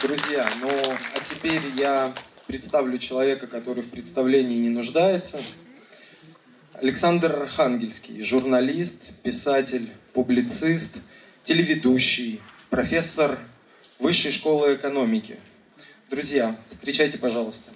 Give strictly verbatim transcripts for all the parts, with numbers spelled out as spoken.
Друзья, ну а теперь я представлю человека, который в представлении не нуждается. Александр Архангельский, журналист, писатель, публицист, телеведущий, профессор Высшей школы экономики. Друзья, встречайте, пожалуйста.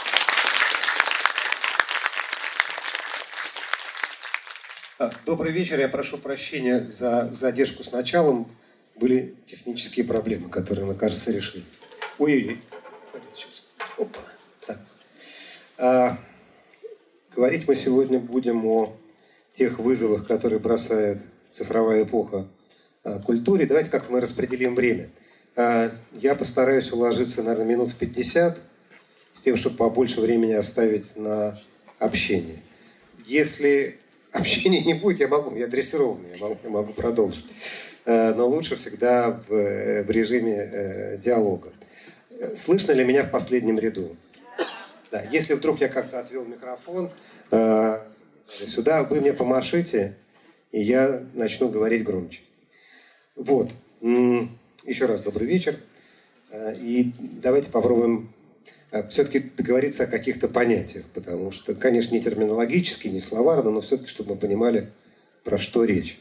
Добрый вечер. Я прошу прощения за задержку с началом. Были технические проблемы, которые мы, кажется, решили. Ой-ой-ой. Опа. Так. А, говорить мы сегодня будем о тех вызовах, которые бросает цифровая эпоха а, культуре. Давайте как мы распределим время. А, я постараюсь уложиться, наверное, минут в пятьдесят, с тем, чтобы побольше времени оставить на общение. Если общения не будет, я могу, я дрессированный, я могу, я могу продолжить. Но лучше всегда в, в режиме диалога. Слышно ли меня в последнем ряду? Да, если вдруг я как-то отвел микрофон э, сюда, вы мне помашите, и я начну говорить громче. Вот. Еще раз добрый вечер. И давайте попробуем все-таки договориться о каких-то понятиях, потому что, конечно, не терминологически, не словарно, но все-таки, чтобы мы понимали, про что речь.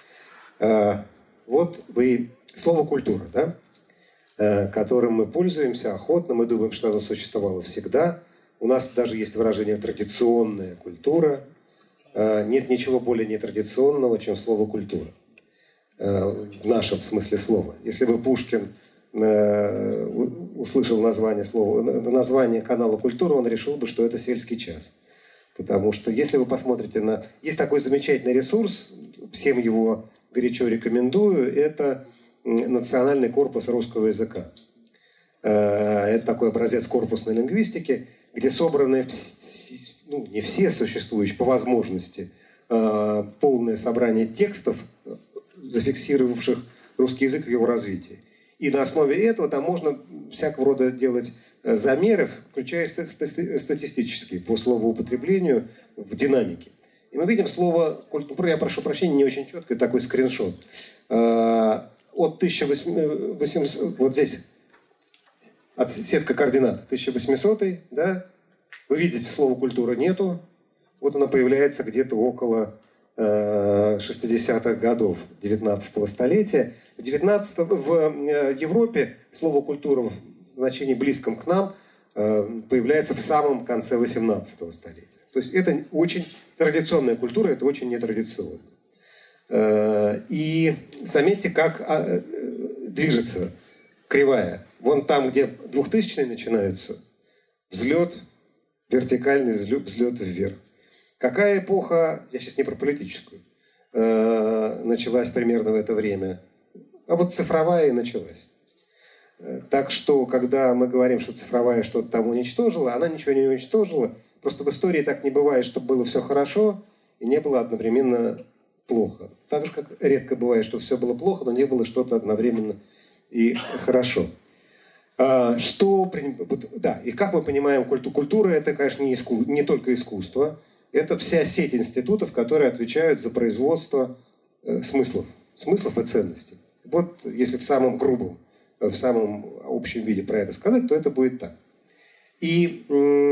Вот вы... Слово «культура», да? Которым мы пользуемся охотно, мы думаем, что оно существовало всегда. У нас даже есть выражение «традиционная культура». Нет ничего более нетрадиционного, чем слово «культура». В нашем смысле слова. Если бы Пушкин услышал название, слова, название канала «Культура», он решил бы, что это «Сельский час». Потому что если вы посмотрите на... Есть такой замечательный ресурс, всем его горячо рекомендую, это Национальный корпус русского языка. Это такой образец корпусной лингвистики, где собраны, ну, не все существующие, по возможности, полное собрание текстов, зафиксировавших русский язык в его развитии. И на основе этого там можно всякого рода делать замеры, включая статистические, по словоупотреблению в динамике. И мы видим слово «культура», я прошу прощения, не очень четко, такой скриншот. От тысяча восьмисот, вот здесь, от сетка координат, тысяча восьмисотый, да, вы видите, слова «культура» нету, вот она появляется где-то около шестидесятых годов девятнадцатого столетия. В, девятнадцатом, в Европе слово «культура» в значении близком к нам появляется в самом конце восемнадцатого столетия. То есть это очень традиционная культура, это очень нетрадиционно. И заметьте, как движется кривая. Вон там, где двухтысячные начинаются, взлет, вертикальный взлет, взлет вверх. Какая эпоха, я сейчас не про политическую, началась примерно в это время? А вот цифровая и началась. Так что, когда мы говорим, что цифровая что-то там уничтожила, она ничего не уничтожила. Просто в истории так не бывает, чтобы было все хорошо и не было одновременно плохо. Так же, как редко бывает, что все было плохо, но не было что-то одновременно и хорошо. Что, да, и как мы понимаем культуру? Культура – это, конечно, не, иску, не только искусство, это вся сеть институтов, которые отвечают за производство смыслов, смыслов и ценностей. Вот если в самом грубом, в самом общем виде про это сказать, то это будет так. И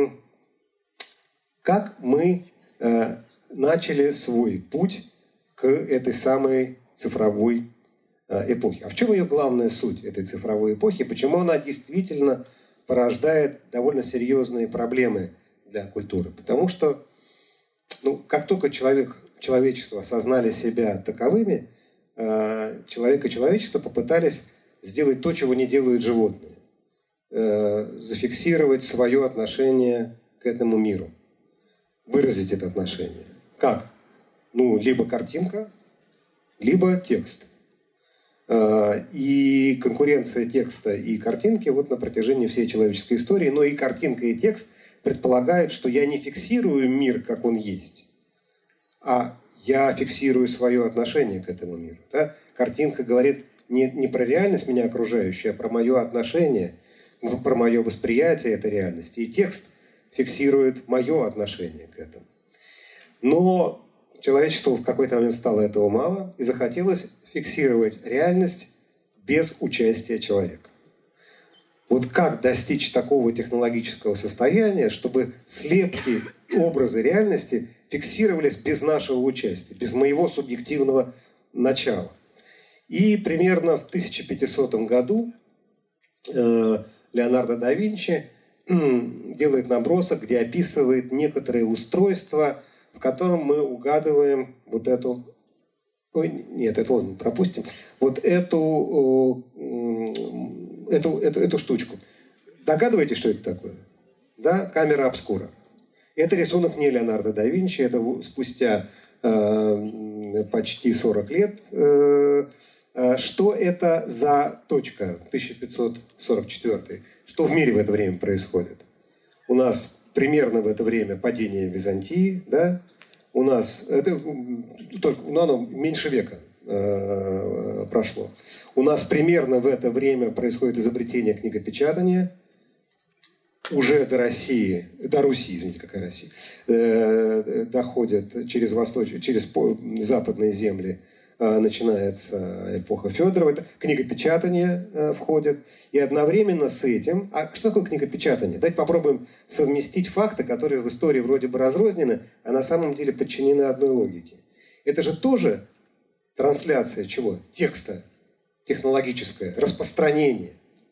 как мы э, начали свой путь к этой самой цифровой э, эпохе. А в чем ее главная суть этой цифровой эпохи? Почему она действительно порождает довольно серьезные проблемы для культуры? Потому что ну, как только человек, человечество осознали себя таковыми, э, человек и человечество попытались сделать то, чего не делают животные. Э, зафиксировать свое отношение к этому миру. Выразить это отношение. Как? Ну, либо картинка, либо текст. И конкуренция текста и картинки вот на протяжении всей человеческой истории, но и картинка, и текст предполагают, что я не фиксирую мир, как он есть, а я фиксирую свое отношение к этому миру. Да? Картинка говорит не, не про реальность меня окружающую, а про мое отношение, про мое восприятие этой реальности. И текст фиксирует мое отношение к этому. Но человечеству в какой-то момент стало этого мало, и захотелось фиксировать реальность без участия человека. Вот как достичь такого технологического состояния, чтобы слепки, образы реальности фиксировались без нашего участия, без моего субъективного начала. И примерно в тысяча пятисотом году э, Леонардо да Винчи э, делает набросок, где описывает некоторые устройства, в котором мы угадываем вот эту... Ой, нет, это ладно, пропустим. Вот эту, э, эту, эту, эту штучку. Догадываетесь, что это такое? Да? Камера обскура. Это рисунок не Леонардо да Винчи, это спустя э, почти сорок лет. Э, э, что это за точка, тысяча пятьсот сорок четвёртый? Что в мире в это время происходит? У нас примерно в это время падение Византии, да? У нас, это только, ну, оно меньше века э, прошло. У нас примерно в это время происходит изобретение книгопечатания. Уже до России, до Руси, извините, какая Россия, э, доходят через, восточ... через западные земли, э, начинается эпоха Федорова, это книгопечатание э, входит, и одновременно с этим, а что такое книгопечатание? Давайте попробуем совместить факты, которые в истории вроде бы разрознены, а на самом деле подчинены одной логике. Это же тоже трансляция чего? Текста, технологическое, распространение.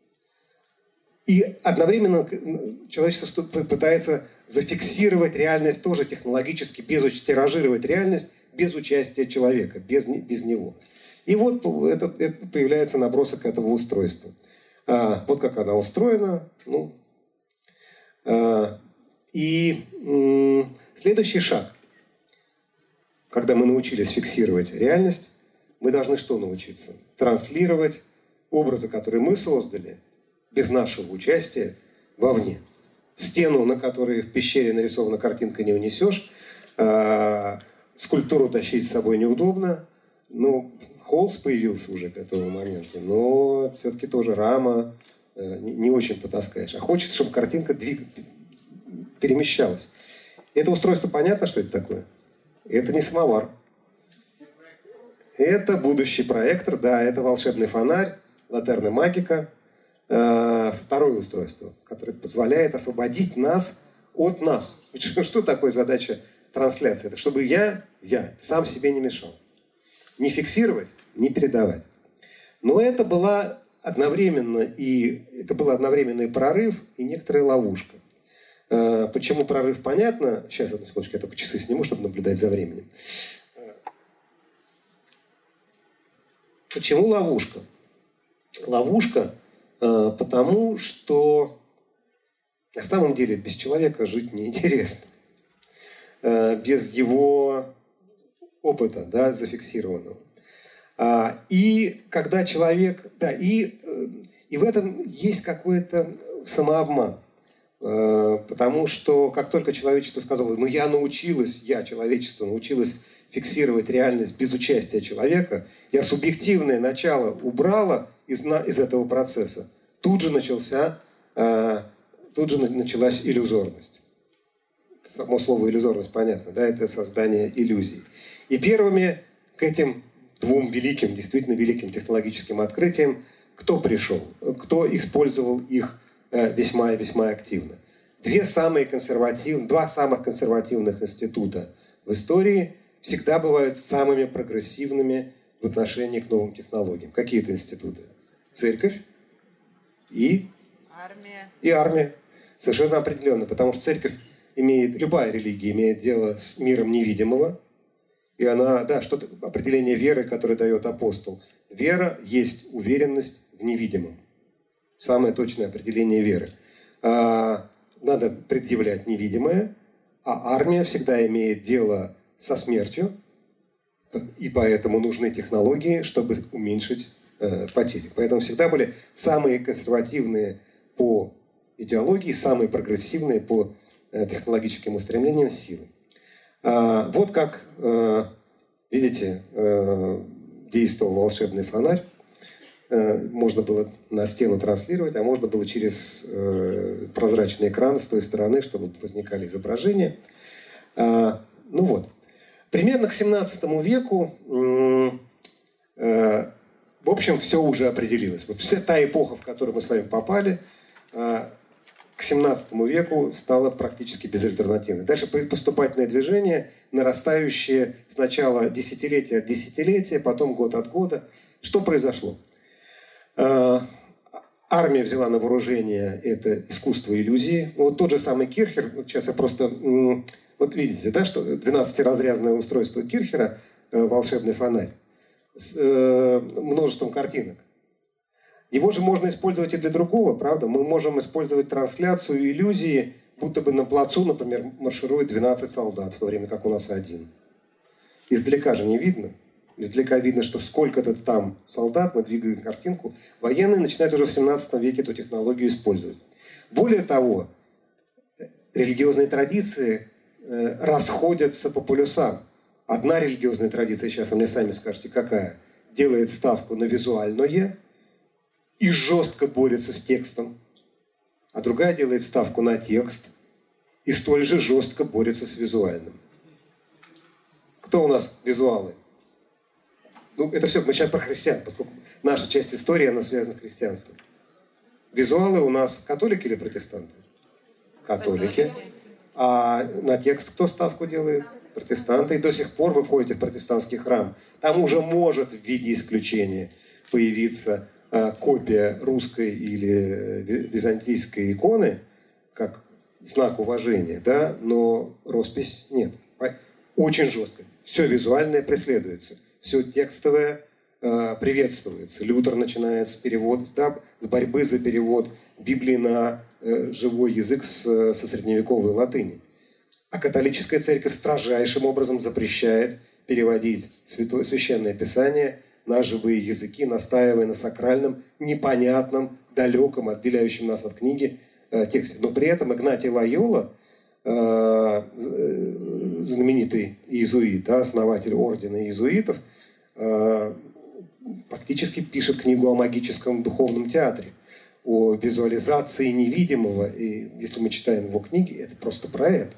И одновременно человечество пытается зафиксировать реальность тоже технологически, без, тиражировать реальность без участия человека, без, без него. И вот это, это появляется набросок этого устройства. А, вот как она устроена. Ну, а, и м, следующий шаг. Когда мы научились фиксировать реальность, мы должны что научиться? Транслировать образы, которые мы создали, без нашего участия вовне. Стену, на которой в пещере нарисована картинка, не унесешь. А, скульптуру тащить с собой неудобно. Ну, холст появился уже к этому моменту, но все-таки тоже рама, э, не, не очень потаскаешь. А хочется, чтобы картинка двиг... перемещалась. Это устройство, понятно, что это такое? Это не самовар. Это будущий проектор, да, это волшебный фонарь, латерна магика. Второе устройство, которое позволяет освободить нас от нас. Что такое задача трансляции? Это чтобы я, я сам себе не мешал. Не фиксировать, не передавать. Но это была одновременно и это был одновременный прорыв и некоторая ловушка. Почему прорыв, понятно. Сейчас, одну секундочку, я только часы сниму, чтобы наблюдать за временем. Почему ловушка? Ловушка потому, что на самом деле без человека жить неинтересно. Без его опыта, да, зафиксированного. И когда человек... Да, и, и в этом есть какой-то самообман. Потому что как только человечество сказало, ну я научилась, я, человечество, научилось фиксировать реальность без участия человека, я субъективное начало убрала из, из этого процесса, тут же, начался, э, тут же началась иллюзорность. Само слово иллюзорность понятно, да, это создание иллюзий. И первыми к этим двум великим, действительно великим технологическим открытиям кто пришел, кто использовал их э, весьма и весьма активно. Две самые консервативные, два самых консервативных института в истории всегда бывают самыми прогрессивными в отношении к новым технологиям. Какие это институты? Церковь и армия. И армия. Совершенно определенно, потому что церковь имеет, любая религия имеет дело с миром невидимого. И она, да, что-то, определение веры, которое дает апостол. Вера есть уверенность в невидимом. Самое точное определение веры. А, надо предъявлять невидимое, а армия всегда имеет дело со смертью, и поэтому нужны технологии, чтобы уменьшить э, потери. Поэтому всегда были самые консервативные по идеологии, самые прогрессивные по э, технологическим устремлениям силы. А, вот как, э, видите, э, действовал волшебный фонарь. Э, можно было на стену транслировать, а можно было через э, прозрачный экран с той стороны, чтобы возникали изображения. А, ну вот. Примерно к семнадцатому веку, э, в общем, все уже определилось. Вот вся та эпоха, в которую мы с вами попали, к семнадцатому веку стало практически безальтернативной. Дальше поступательное движение, нарастающее сначала десятилетие от десятилетия, потом год от года. Что произошло? Армия взяла на вооружение это искусство иллюзии. Вот тот же самый Кирхер, вот сейчас я просто... Вот видите, да, что двенадцатиразрядное устройство Кирхера, волшебный фонарь, с множеством картинок. Его же можно использовать и для другого, правда? Мы можем использовать трансляцию иллюзии, будто бы на плацу, например, марширует двенадцать солдат, в то время как у нас один. Издалека же не видно. Издалека видно, что сколько-то там солдат, мы двигаем картинку. Военные начинают уже в семнадцатом веке эту технологию использовать. Более того, религиозные традиции э, расходятся по полюсам. Одна религиозная традиция, сейчас вы мне сами скажете, какая, делает ставку на визуальное и жестко борется с текстом. А другая делает ставку на текст и столь же жестко борется с визуальным. Кто у нас визуалы? Ну, это все, мы сейчас про христиан, поскольку наша часть истории, она связана с христианством. Визуалы у нас католики или протестанты? Католики. А на текст кто ставку делает? Протестанты. И до сих пор вы входите в протестантский храм. Там уже может в виде исключения появиться э, копия русской или византийской иконы, как знак уважения, да, но роспись нет. Очень жестко. Все визуальное преследуется. Все текстовое э, приветствуется. Лютер начинает с перевода, да, с борьбы за перевод Библии на э, живой язык с, со средневековой латыни. А католическая церковь строжайшим образом запрещает переводить святое, священное писание на живые языки, настаивая на сакральном, непонятном, далеком, отделяющем нас от книги э, тексте. Но при этом Игнатий Лойола, э, знаменитый иезуит, да, основатель ордена иезуитов, э, фактически пишет книгу о магическом духовном театре, о визуализации невидимого. И если мы читаем его книги, это просто про это.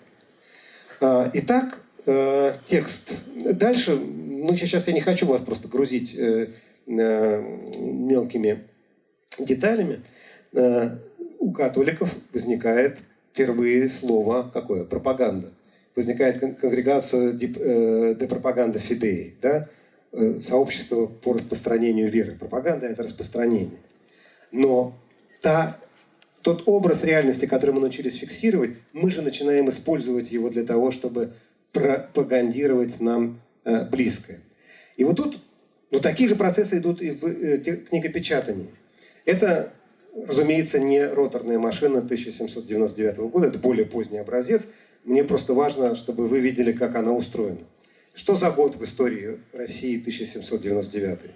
Э, итак, э, текст. Дальше, ну сейчас я не хочу вас просто грузить э, э, мелкими деталями. Э, у католиков возникает впервые слово какое? Пропаганда. Возникает конгрегация де пропаганда фидеи, да? Сообщество по распространению веры. Пропаганда – это распространение. Но та, тот образ реальности, который мы научились фиксировать, мы же начинаем использовать его для того, чтобы пропагандировать нам э, близкое. И вот тут, ну, такие же процессы идут и в э, книгопечатании. Это, разумеется, не роторная машина тысяча семьсот девяносто девятого года, это более поздний образец. Мне просто важно, чтобы вы видели, как она устроена. Что за год в истории России тысяча семьсот девяносто девятый?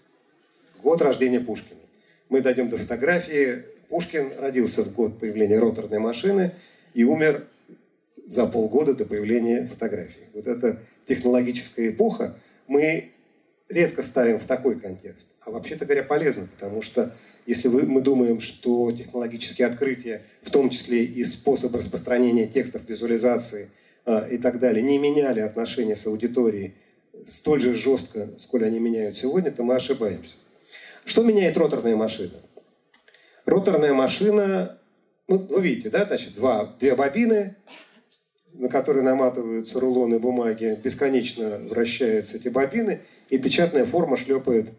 Год рождения Пушкина. Мы дойдем до фотографии. Пушкин родился в год появления роторной машины и умер за полгода до появления фотографии. Вот эта технологическая эпоха мы редко ставим в такой контекст. А вообще-то говоря, полезно, потому что если вы, мы думаем, что технологические открытия, в том числе и способ распространения текстов, визуализации э, и так далее, не меняли отношения с аудиторией столь же жестко, сколь они меняют сегодня, то мы ошибаемся. Что меняет роторная машина? Роторная машина, ну, вы видите, да, значит, два, две бобины, на которые наматываются рулоны бумаги, бесконечно вращаются эти бобины, и печатная форма шлепает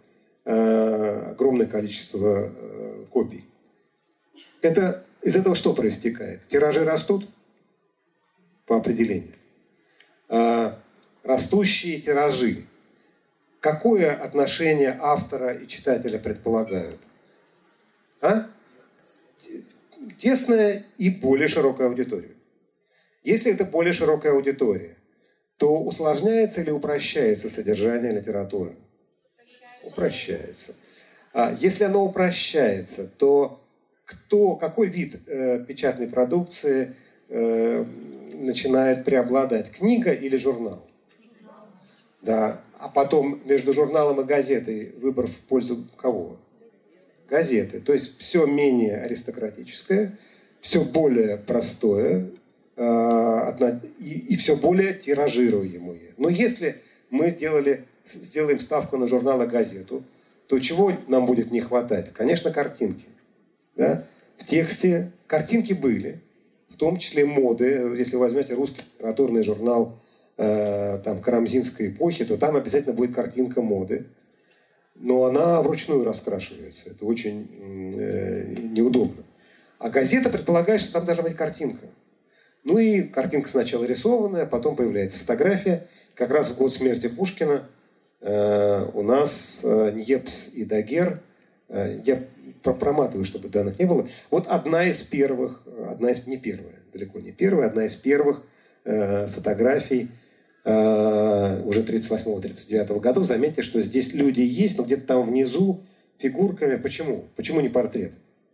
э, огромное количество э, копий. Это, из этого что проистекает? Тиражи растут по определению. Э, растущие тиражи. Какое отношение автора и читателя предполагают? А? Тесная и более широкая аудитория. Если это более широкая аудитория, то усложняется или упрощается содержание литературы? Упрощается. А если оно упрощается, то кто, какой вид э, печатной продукции э, начинает преобладать? Книга или журнал? Да. А потом между журналом и газетой выбор в пользу кого? Газеты. То есть все менее аристократическое, все более простое, и, и все более тиражируемые. Но если мы сделали, сделаем ставку на журнал и газету, то чего нам будет не хватать? Конечно, картинки. Да? в тексте картинки были, в том числе моды. Если вы возьмете русский литературный журнал э, там, карамзинской эпохи, то там обязательно будет картинка моды. Но она вручную раскрашивается. Это очень э, неудобно. А газета предполагает, что там должна быть картинка. Ну и картинка сначала рисованная, потом появляется фотография. Как раз в год смерти Пушкина э, у нас э, Ньепс и Дагер, э, я проматываю, чтобы данных не было, вот одна из первых, одна из, не первая, далеко не первая, одна из первых э, фотографий э, уже тридцать восьмого — тридцать девятого годов. Заметьте, что здесь люди есть, но где-то там внизу фигурками. Почему? Почему не портрет?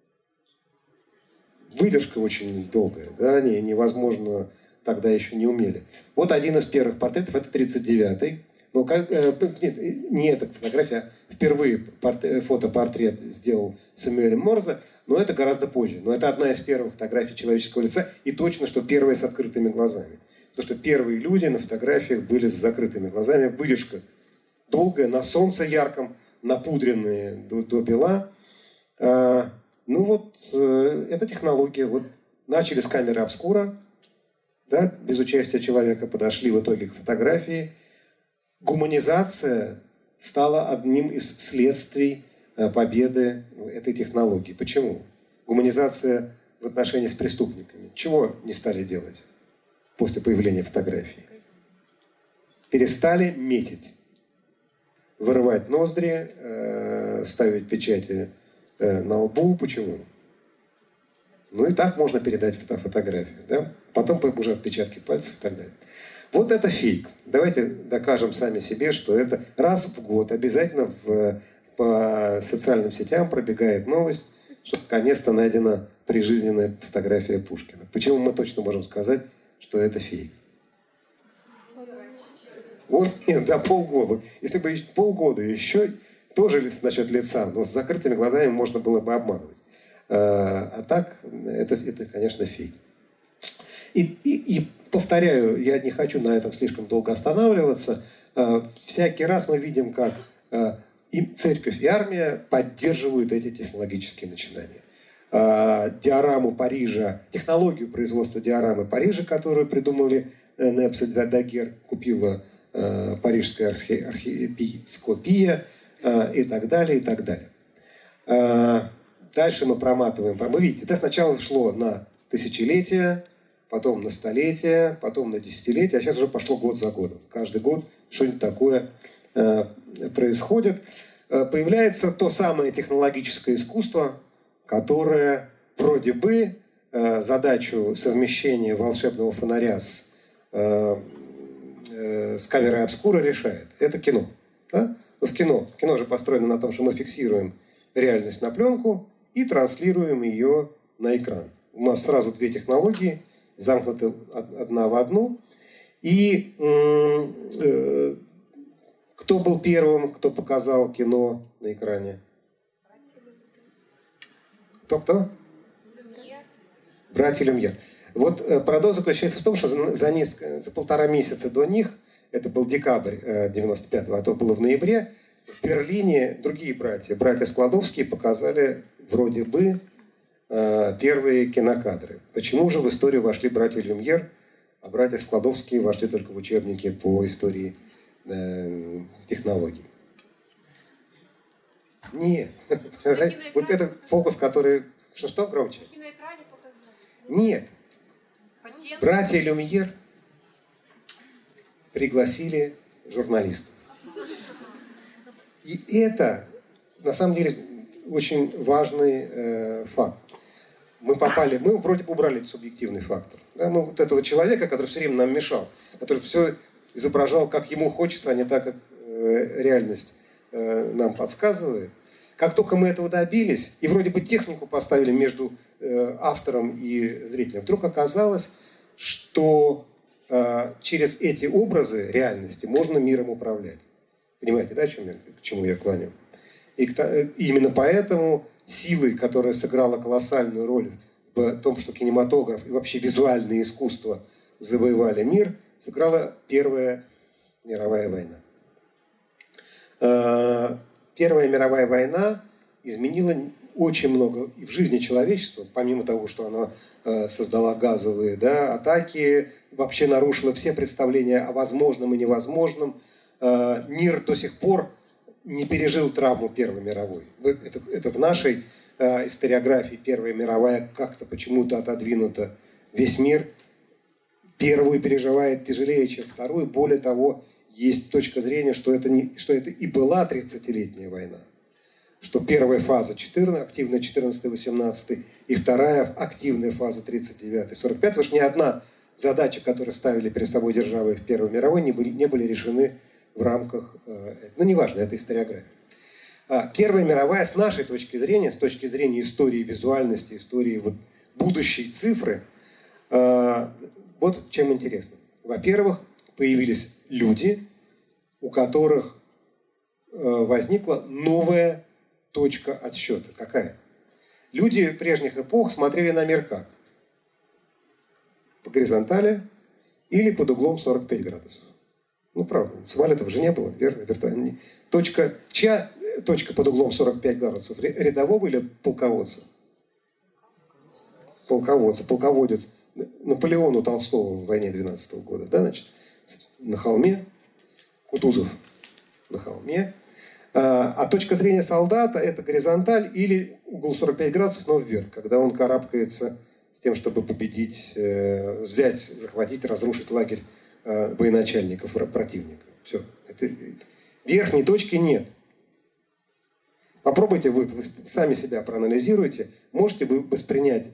Выдержка очень долгая, да, не, невозможно, тогда еще не умели. Вот один из первых портретов, это тридцать девятый. Ну, как, э, нет, не эта фотография, а впервые портрет, фотопортрет сделал Сэмюэль Морзе, но это гораздо позже. Но это одна из первых фотографий человеческого лица, и точно, что первая с открытыми глазами. Потому что первые люди на фотографиях были с закрытыми глазами. Выдержка долгая, на солнце ярком, напудренные до, до бела. А, ну вот, э, это технология. Вот начали с камеры обскура, да, без участия человека, подошли в итоге к фотографии. Гуманизация стала одним из следствий победы этой технологии. Почему? Гуманизация в отношении с преступниками. Чего не стали делать после появления фотографий? Перестали метить. Вырывать ноздри, ставить печати на лбу. Почему? Ну и так можно передать фото фотографию. Да? Потом уже отпечатки пальцев и так далее. Вот это фейк. Давайте докажем сами себе, что это раз в год обязательно в, по социальным сетям пробегает новость, что наконец-то найдена прижизненная фотография Пушкина. Почему мы точно можем сказать, что это фейк? Вот, нет, да, полгода. Если бы полгода еще, тоже насчет лица, но с закрытыми глазами можно было бы обманывать. А, а так, это, это, конечно, фейк. И, и, и повторяю, я не хочу на этом слишком долго останавливаться. Всякий раз мы видим, как и церковь, и армия поддерживают эти технологические начинания. Диораму Парижа, технологию производства диорамы Парижа, которую придумали Непс и Дагер, купила Парижская архиепископия и так далее, и так далее. Дальше мы проматываем. Вы видите, это сначала шло на тысячелетия, потом на столетия, потом на десятилетия, а сейчас уже пошло год за годом. Каждый год что-нибудь такое э, происходит. Э, появляется то самое технологическое искусство, которое вроде бы э, задачу совмещения волшебного фонаря с, э, э, с камерой обскура решает. Это кино. Да? В кино. Кино же построено на том, что мы фиксируем реальность на пленку и транслируем ее на экран. У нас сразу две технологии, замкнуты одна в одну. И э, кто был первым, кто показал кино на экране? Кто-кто? Братья Люмьер. Вот э, парадокс заключается в том, что за, за, несколько, за полтора месяца до них, это был декабрь э, девяносто пятого, а то было в ноябре, в Берлине другие братья, братья Складовские, показали вроде бы первые кинокадры. Почему же в историю вошли братья Люмьер, а братья Складовские вошли только в учебники по истории э, технологий? Нет. Вот этот фокус, который... Что-что громче? Нет. Братья Люмьер пригласили журналистов. И это, на самом деле, очень важный э, факт. Мы попали, мы вроде бы убрали субъективный фактор. Да, мы вот этого человека, который все время нам мешал, который все изображал, как ему хочется, а не так, как э, реальность э, нам подсказывает. Как только мы этого добились, и вроде бы технику поставили между э, автором и зрителем, вдруг оказалось, что э, через эти образы реальности можно миром управлять. Понимаете, да, чем я, к чему я клоню? И именно поэтому силой, которая сыграла колоссальную роль в том, что кинематограф и вообще визуальное искусство завоевали мир, сыграла Первая мировая война. Первая мировая война изменила очень много и в жизни человечества, помимо того, что оно э, создало газовые, да, атаки, вообще нарушило все представления о возможном и невозможном. Э, мир до сих пор не пережил травму Первой мировой. Это, это в нашей э, историографии Первая мировая как-то почему-то отодвинута. Весь мир первую переживает тяжелее, чем вторую. Более того, есть точка зрения, что это, не, что это и была тридцатилетняя война. Что первая фаза четырнадцатый, активная четырнадцатый-восемнадцатый, и вторая активная фаза тридцать девятый сорок пятый, потому что ни одна задача, которую ставили перед собой державы в Первой мировой, не были, не были решены в рамках, э, ну неважно, это историография. А Первая мировая с нашей точки зрения, с точки зрения истории визуальности, истории вот, будущей цифры, э, вот чем интересно. Во-первых, появились люди, у которых э, возникла новая точка отсчета. Какая? Люди прежних эпох смотрели на мир как? По горизонтали или под углом сорок пять градусов. Ну, правда, самолетов же не было, верно? Вертолет. Точка, чья точка под углом сорок пять градусов? Рядового или полководца? Полководца. Полководец. Наполеон у Толстого в войне двенадцатого года, да, значит, на холме. Кутузов на холме. А точка зрения солдата – это горизонталь или угол сорок пять градусов, но вверх, когда он карабкается с тем, чтобы победить, взять, захватить, разрушить лагерь военачальников противника. Все. Это... Верхней точки нет. Попробуйте, вы, вы сами себя проанализируйте, можете вы воспринять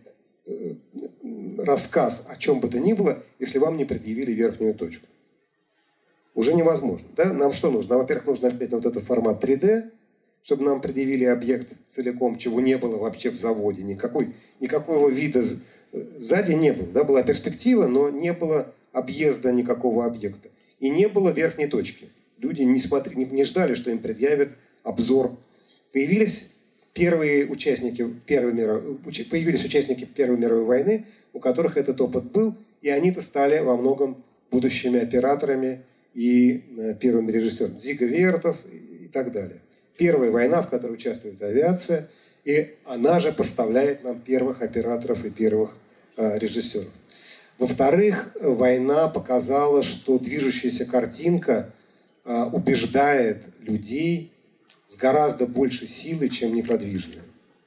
рассказ о чем бы то ни было, если вам не предъявили верхнюю точку. Уже невозможно. Да? Нам что нужно? Во-первых, нужно опять на вот этот формат три дэ, чтобы нам предъявили объект целиком, чего не было вообще в заводе. Никакой, никакого вида сзади не было. Да? Была перспектива, но не было объезда никакого объекта. И не было верхней точки. Люди не, смотри, не, не ждали, что им предъявят обзор. Появились первые участники Первой мировой, появились участники Первой мировой войны, у которых этот опыт был, и они-то стали во многом будущими операторами и первыми режиссерами. Дзига Вертов и так далее. Первая война, в которой участвует авиация, и она же поставляет нам первых операторов и первых э, режиссеров. Во-вторых, война показала, что движущаяся картинка э, убеждает людей с гораздо большей силой, чем неподвижная.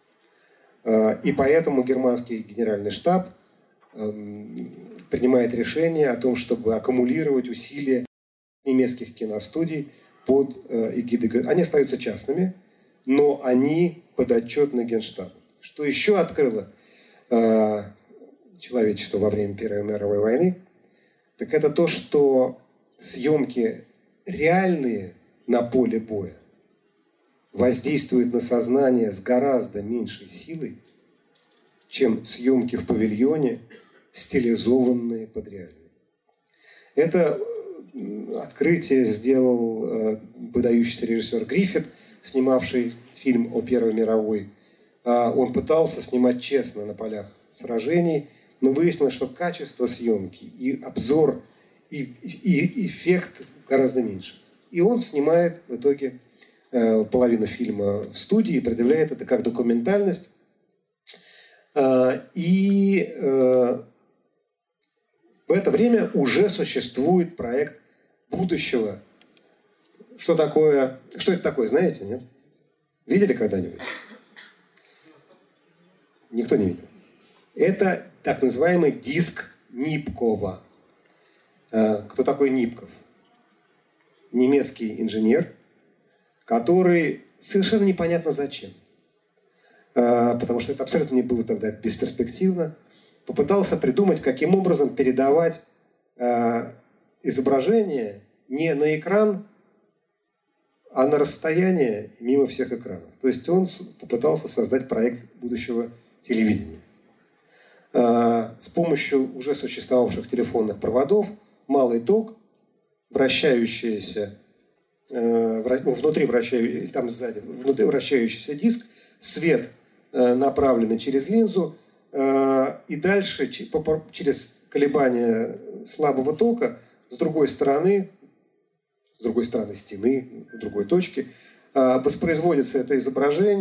Э, и поэтому германский генеральный штаб э, принимает решение о том, чтобы аккумулировать усилия немецких киностудий под э, эгидой. Они остаются частными, но они подотчетны Генштабу. Что еще открыло э, человечество во время Первой мировой войны, так это то, что съемки реальные на поле боя воздействуют на сознание с гораздо меньшей силой, чем съемки в павильоне, стилизованные под реальные. Это открытие сделал э, выдающийся режиссер Гриффит, снимавший фильм о Первой мировой. Э, он пытался снимать честно на полях сражений, но выяснилось, что качество съемки и обзор, и, и, и эффект гораздо меньше. И он снимает в итоге э, половину фильма в студии, предъявляет это как документальность. Э, и э, в это время уже существует проект будущего. Что такое? Что это такое, знаете, нет? Видели когда-нибудь? Никто не видел. Это так называемый диск Нипкова. Кто такой Нипков? Немецкий инженер, который совершенно непонятно зачем, потому что это абсолютно не было тогда бесперспективно, попытался придумать, каким образом передавать изображение не на экран, а на расстояние мимо всех экранов. То есть он попытался создать проект будущего телевидения. С помощью уже существовавших телефонных проводов, малый ток, вращающийся, внутри вращающийся, там сзади, внутри вращающийся диск, свет, направленный через линзу, и дальше через колебания слабого тока с другой стороны, с другой стороны стены, в другой точке, воспроизводится это изображение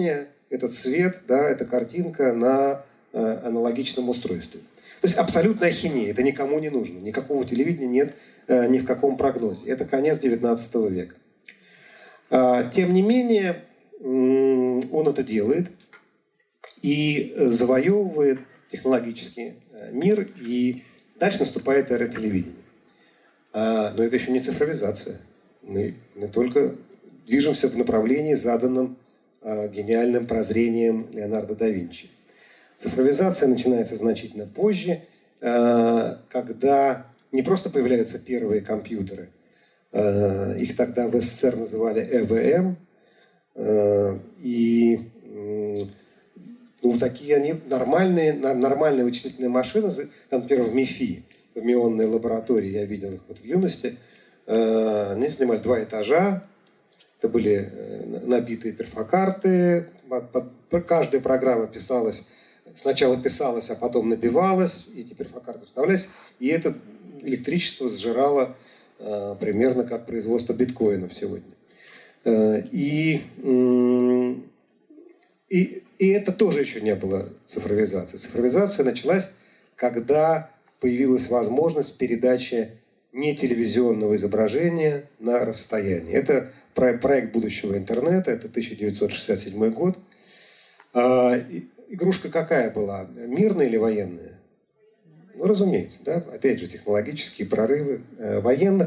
это цвет, да, это картинка на э, аналогичном устройстве. То есть абсолютная ахинея, это никому не нужно, никакого телевидения нет э, ни в каком прогнозе. Это конец девятнадцатого века. Э, тем не менее, э, он это делает и завоевывает технологический мир, и дальше наступает эра телевидения. Э, но это еще не цифровизация. Мы, мы только движемся в направлении, заданном э, гениальным прозрением Леонардо да Винчи. Цифровизация начинается значительно позже, э, когда не просто появляются первые компьютеры, э, их тогда в СССР называли э вэ эм, э, и э, ну, такие они нормальные, нормальные вычислительные машины, там, например, в МИФИ, в мионной лаборатории, я видел их вот в юности, э, они занимали два этажа. Это были набитые перфокарты, каждая программа писалась, сначала писалась, а потом набивалась, эти перфокарты вставлялись, и это электричество сжирало э, примерно как производство биткоинов сегодня. Э, и, э, и, и это тоже еще не было цифровизацией. Цифровизация началась, когда появилась возможность передачи нетелевизионного изображения на расстоянии. Это проект будущего интернета, это тысяча девятьсот шестьдесят седьмой год. Игрушка какая была? Мирная или военная? Ну, разумеется, да? Опять же, технологические прорывы военных.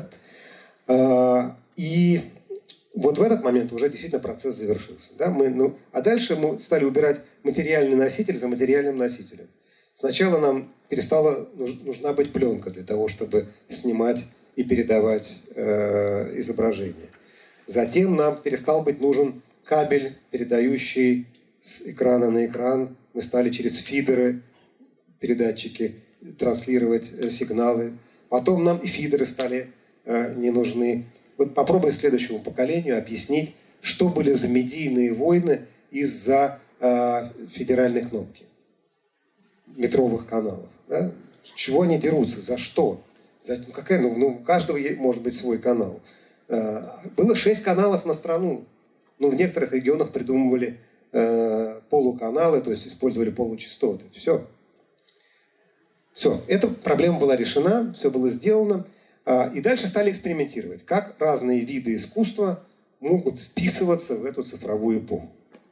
И вот в этот момент уже действительно процесс завершился. Да? Мы, ну, а дальше мы стали убирать материальный носитель за материальным носителем. Сначала нам перестала нужна быть пленка для того, чтобы снимать и передавать э, изображение. Затем нам перестал быть нужен кабель, передающий с экрана на экран. Мы стали через фидеры, передатчики, транслировать э, сигналы. Потом нам и фидеры стали э, не нужны. Вот попробуй следующему поколению объяснить, что были за медийные войны из-за э, федеральной кнопки, метровых каналов. Да? С чего они дерутся? За что? За, ну, какая, ну, ну, у каждого может быть свой канал. Э, было шесть каналов на страну. Ну, в некоторых регионах придумывали э, полуканалы, то есть использовали получастоты. Все. Все. Эта проблема была решена, все было сделано. Э, и дальше стали экспериментировать, как разные виды искусства могут вписываться в эту цифровую эпоху.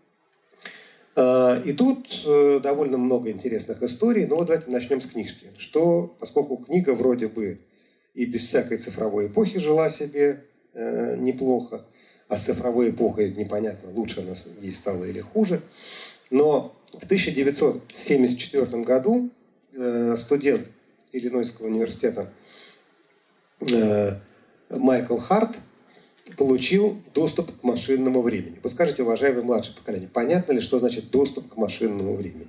И тут довольно много интересных историй, но вот давайте начнем с книжки. Что, поскольку книга вроде бы и без всякой цифровой эпохи жила себе э, неплохо, а с цифровой эпохой непонятно, лучше она ей стала или хуже, но в тысяча девятьсот семьдесят четвёртом году э, студент Иллинойского университета э, Майкл Харт получил доступ к машинному времени. Вот скажите, уважаемые младшее поколение, понятно ли, что значит доступ к машинному времени?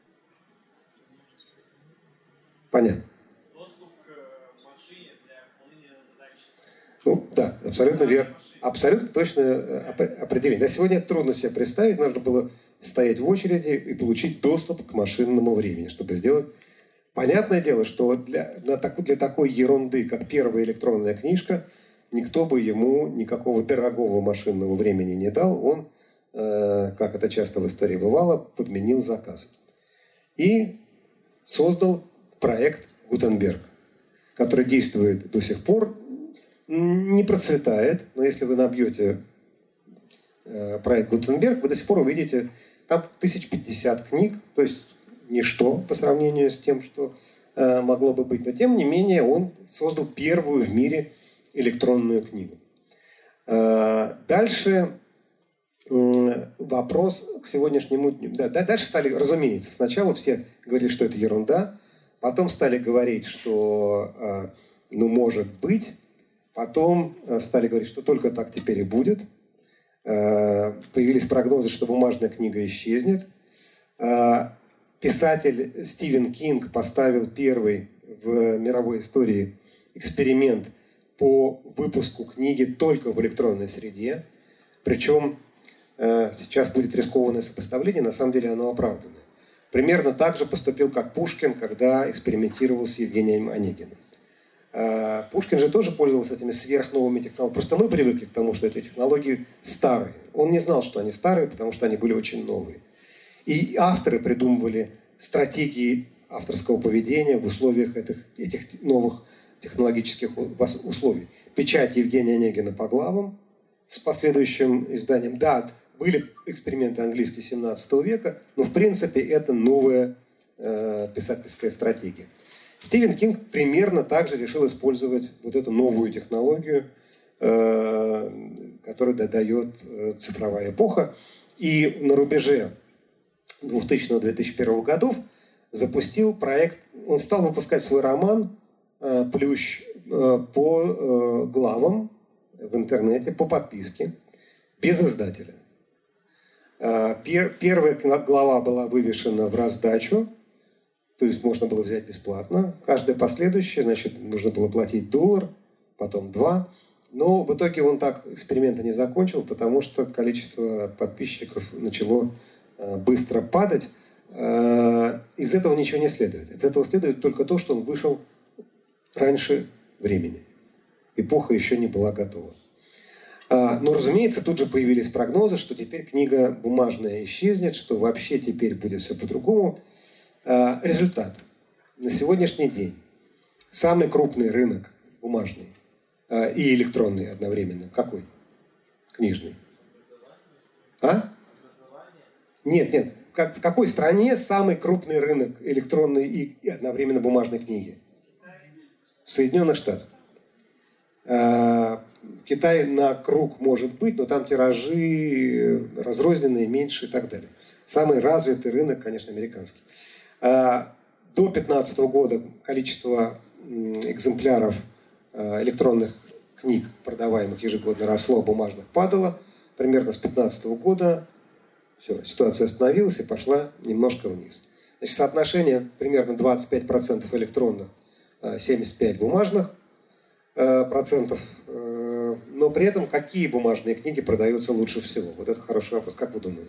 Понятно. Доступ к машине для выполнения задач. Ну, да, абсолютно верно. Абсолютно точное определение. Да, сегодня трудно себе представить, нужно было стоять в очереди и получить доступ к машинному времени, чтобы сделать. Понятное дело, что для, для такой ерунды, как первая электронная книжка, никто бы ему никакого дорогого машинного времени не дал. Он, э, как это часто в истории бывало, подменил заказ. И создал проект Гутенберг, который действует до сих пор, не процветает, но если вы набьете э, проект Гутенберг, вы до сих пор увидите там тысяч пятьдесят книг, то есть ничто по сравнению с тем, что э, могло бы быть. Но тем не менее он создал первую в мире электронную книгу. Дальше вопрос к сегодняшнему дню. Да, дальше стали, разумеется, сначала все говорили, что это ерунда, потом стали говорить, что ну, может быть, потом стали говорить, что только так теперь и будет. Появились прогнозы, что бумажная книга исчезнет. Писатель Стивен Кинг поставил первый в мировой истории эксперимент по выпуску книги только в электронной среде. Причем э, сейчас будет рискованное сопоставление, на самом деле оно оправданное. Примерно так же поступил, как Пушкин, когда экспериментировал с Евгением Онегиным. Пушкин же тоже пользовался этими сверхновыми технологиями. Просто мы привыкли к тому, что эти технологии старые. Он не знал, что они старые, потому что они были очень новые. И авторы придумывали стратегии авторского поведения в условиях этих, этих новых технологических условий. Печать Евгения Онегина по главам с последующим изданием. Да, были эксперименты английские семнадцатого века, но в принципе это новая э, писательская стратегия. Стивен Кинг примерно также решил использовать вот эту новую технологию, э, которую дает э, цифровая эпоха. И на рубеже двухтысячного — две тысячи первого годов запустил проект, он стал выпускать свой роман э, «Плющ» э, по э, главам в интернете, по подписке, без издателя. Э, пер, первая глава была вывешена в раздачу, то есть можно было взять бесплатно. Каждая последующая, значит, нужно было платить доллар, потом два. Но в итоге он так эксперимента не закончил, потому что количество подписчиков начало э, быстро падать. Э, из этого ничего не следует. Из этого следует только то, что он вышел раньше времени. Эпоха еще не была готова. Э, но, разумеется, тут же появились прогнозы, что теперь книга бумажная исчезнет, что вообще теперь будет все по-другому. Результат. На сегодняшний день самый крупный рынок бумажный и электронный одновременно. Какой? Книжный. А? Нет, нет. Как, в какой стране самый крупный рынок электронной и, и одновременно бумажной книги? В Соединенных Штатах. Китай на круг может быть, но там тиражи разрозненные, меньше и так далее. Самый развитый рынок, конечно, американский. До две тысячи пятнадцатого года количество экземпляров электронных книг, продаваемых ежегодно, росло, бумажных падало. Примерно с две тысячи пятнадцатого года все, ситуация остановилась и пошла немножко вниз. Значит, соотношение примерно двадцать пять процентов электронных, семьдесят пять процентов бумажных процентов. Но при этом какие бумажные книги продаются лучше всего? Вот это хороший вопрос. Как вы думаете?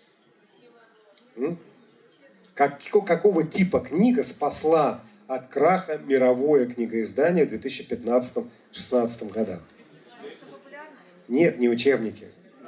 М? Как, какого типа книга спасла от краха мировое книгоиздание в две тысячи пятнадцатом — две тысячи шестнадцатом годах? Нет, не учебники,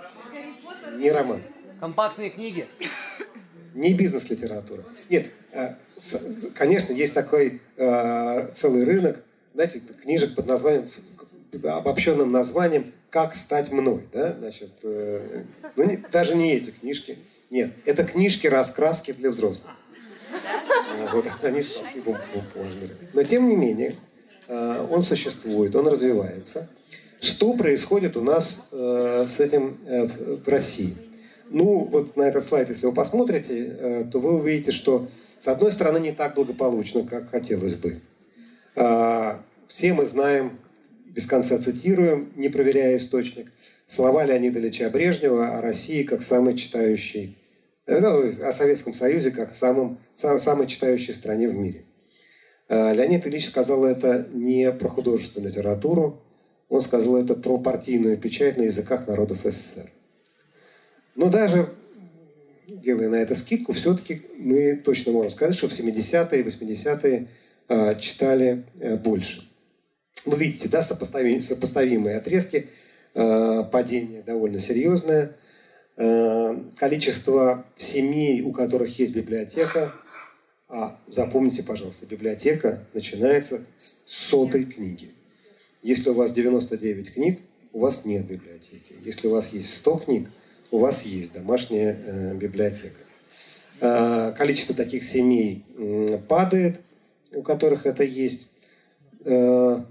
не роман. Компактные книги. Не бизнес-литература. Нет, конечно, есть такой целый рынок, знаете, книжек под названием, обобщенным названием «Как стать мной». Да? Значит, ну, не, даже не эти книжки. Нет, это книжки-раскраски для взрослых. Вот, они спасли бумажный рынок. Но тем не менее, он существует, он развивается. Что происходит у нас с этим в России? Ну, вот на этот слайд, если вы посмотрите, то вы увидите, что с одной стороны не так благополучно, как хотелось бы. Все мы знаем, без конца цитируем, не проверяя источник, слова Леонида Ильича Брежнева о России как самой читающей, ну, о Советском Союзе как самом, сам, самой читающей стране в мире. Леонид Ильич сказал это не про художественную литературу, он сказал это про партийную печать на языках народов СССР. Но даже, делая на это скидку, все-таки мы точно можем сказать, что в семидесятые, восьмидесятые читали больше. Вы видите, да, сопоставимые, сопоставимые отрезки, падение довольно серьезное. Количество семей, у которых есть библиотека, а запомните, пожалуйста, библиотека начинается с сотой книги. Если у вас девяносто девять книг, у вас нет библиотеки. Если у вас есть сто книг, у вас есть домашняя э, библиотека. Э, количество таких семей э, падает, у которых это есть. Э,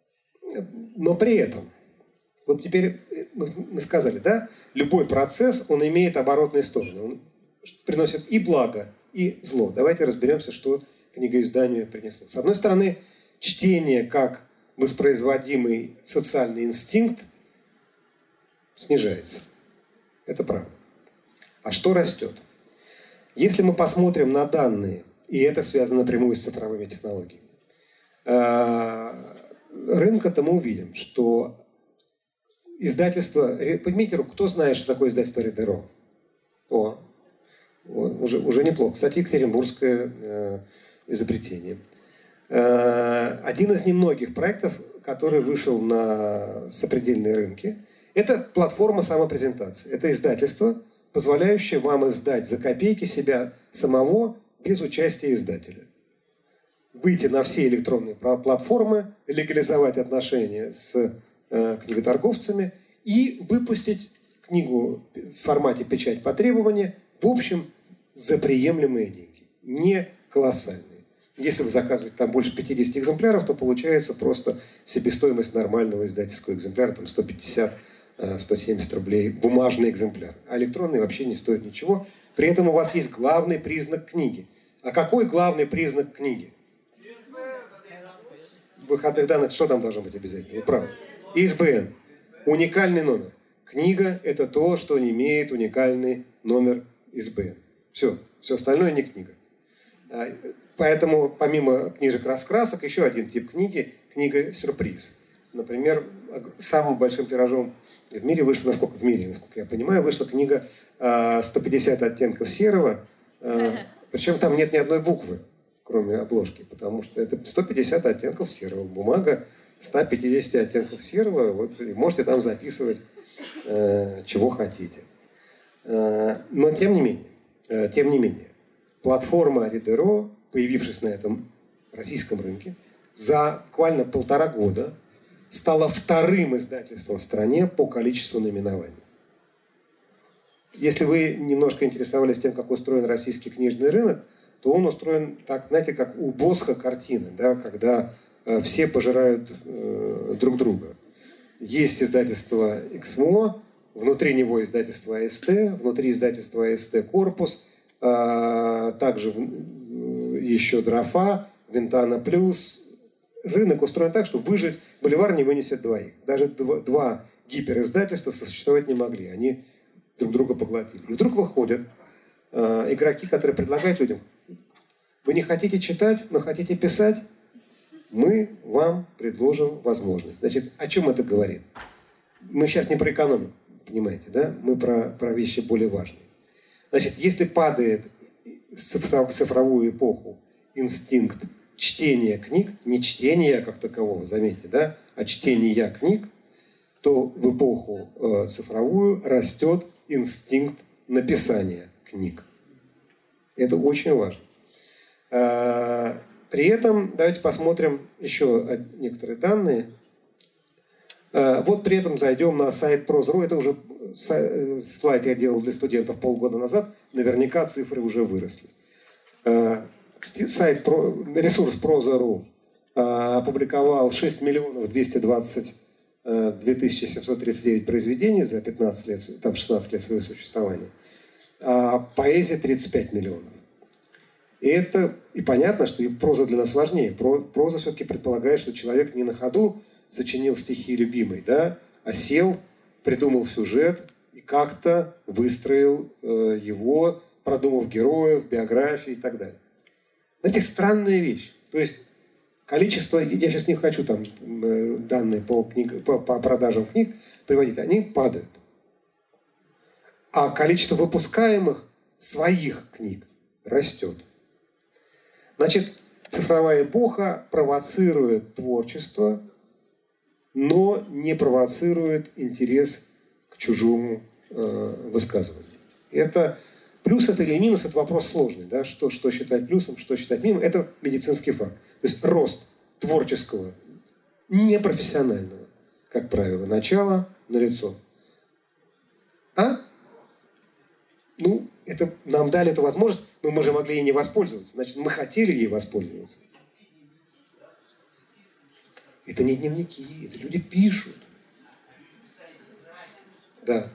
но при этом, вот теперь мы сказали, да, любой процесс, он имеет оборотные стороны. Он приносит и благо, и зло. Давайте разберемся, что книгоизданию принесло. С одной стороны, чтение как воспроизводимый социальный инстинкт снижается. Это правда. А что растет? Если мы посмотрим на данные, и это связано напрямую с цифровыми технологиями, рынка, то мы увидим, что издательство... Поднимите руку, кто знает, что такое издательство Ридеро? О, уже, уже неплохо. Кстати, екатеринбургское э, изобретение. Один из немногих проектов, который вышел на сопредельные рынки, это платформа самопрезентации. Это издательство, позволяющее вам издать за копейки себя самого без участия издателя. Выйти на все электронные платформы, легализовать отношения с э, книготорговцами и выпустить книгу в формате печать по требованию, в общем, за приемлемые деньги, не колоссальные. Если вы заказываете там больше пятидесяти экземпляров, то получается просто себестоимость нормального издательского экземпляра, там сто пятьдесят - сто семьдесят рублей, бумажный экземпляр. А электронный вообще не стоит ничего. При этом у вас есть главный признак книги. А какой главный признак книги? В выходных данных что там должно быть обязательно? Вы правы. И эс бэ эн. Уникальный номер. Книга – это то, что имеет уникальный номер эс бэ эн. Все. Все остальное не книга. Поэтому помимо книжек-раскрасок еще один тип книги – книга-сюрприз. Например, самым большим тиражом в мире вышла, насколько в мире, насколько я понимаю, вышла книга «сто пятьдесят оттенков серого». Причем там нет ни одной буквы, кроме обложки, потому что это сто пятьдесят оттенков серого. Бумага сто пятьдесят оттенков серого, вот, и можете там записывать, э, чего хотите. Э, но тем не менее, э, тем не менее, платформа Ридеро, появившись на этом российском рынке, за буквально полтора года стала вторым издательством в стране по количеству наименований. Если вы немножко интересовались тем, как устроен российский книжный рынок, то он устроен так, знаете, как у Босха картины, да, когда э, все пожирают э, друг друга. Есть издательство «Эксмо», внутри него издательство а эс тэ, внутри издательства а эс тэ «Корпус», э, также в, еще «Дрофа», «Винтана Плюс». Рынок устроен так, что выжить боливар не вынесет двоих. Даже два, два гипериздательства существовать не могли. Они друг друга поглотили. И вдруг выходят э, игроки, которые предлагают людям: вы не хотите читать, но хотите писать? Мы вам предложим возможность. Значит, о чем это говорит? Мы сейчас не про экономику, понимаете, да? Мы про, про вещи более важные. Значит, если падает в цифровую эпоху инстинкт чтения книг, не чтения как такового, заметьте, да, а чтения книг, то в эпоху э, цифровую растет инстинкт написания книг. Это очень важно. А, при этом давайте посмотрим еще некоторые данные. А, вот при этом зайдем на сайт Проза точка ру. Это уже слайд я делал для студентов полгода назад. Наверняка цифры уже выросли. А, сайт, ресурс Проза точка ру опубликовал шесть миллионов двести двадцать две тысячи семьсот тридцать девять произведений за пятнадцать лет, там шестнадцать лет своего существования. А поэзия тридцать пять миллионов. И это и понятно, что и проза для нас важнее. Проза все-таки предполагает, что человек не на ходу сочинил стихи любимой, да, а сел, придумал сюжет и как-то выстроил э, его, продумав героев, биографии и так далее. Это странная вещь. То есть количество, я сейчас не хочу там данные по, книг, по, по продажам книг приводить, они падают. А количество выпускаемых своих книг растет. Значит, цифровая эпоха провоцирует творчество, но не провоцирует интерес к чужому э, высказыванию. Это плюс это или минус, это вопрос сложный. Да? Что, что считать плюсом, что считать минусом, это медицинский факт. То есть рост творческого, непрофессионального, как правило, начала налицо. А? Ну, это, нам дали эту возможность, мы, мы же могли ей не воспользоваться. Значит, мы хотели ей воспользоваться. Это не дневники, это люди пишут. Да.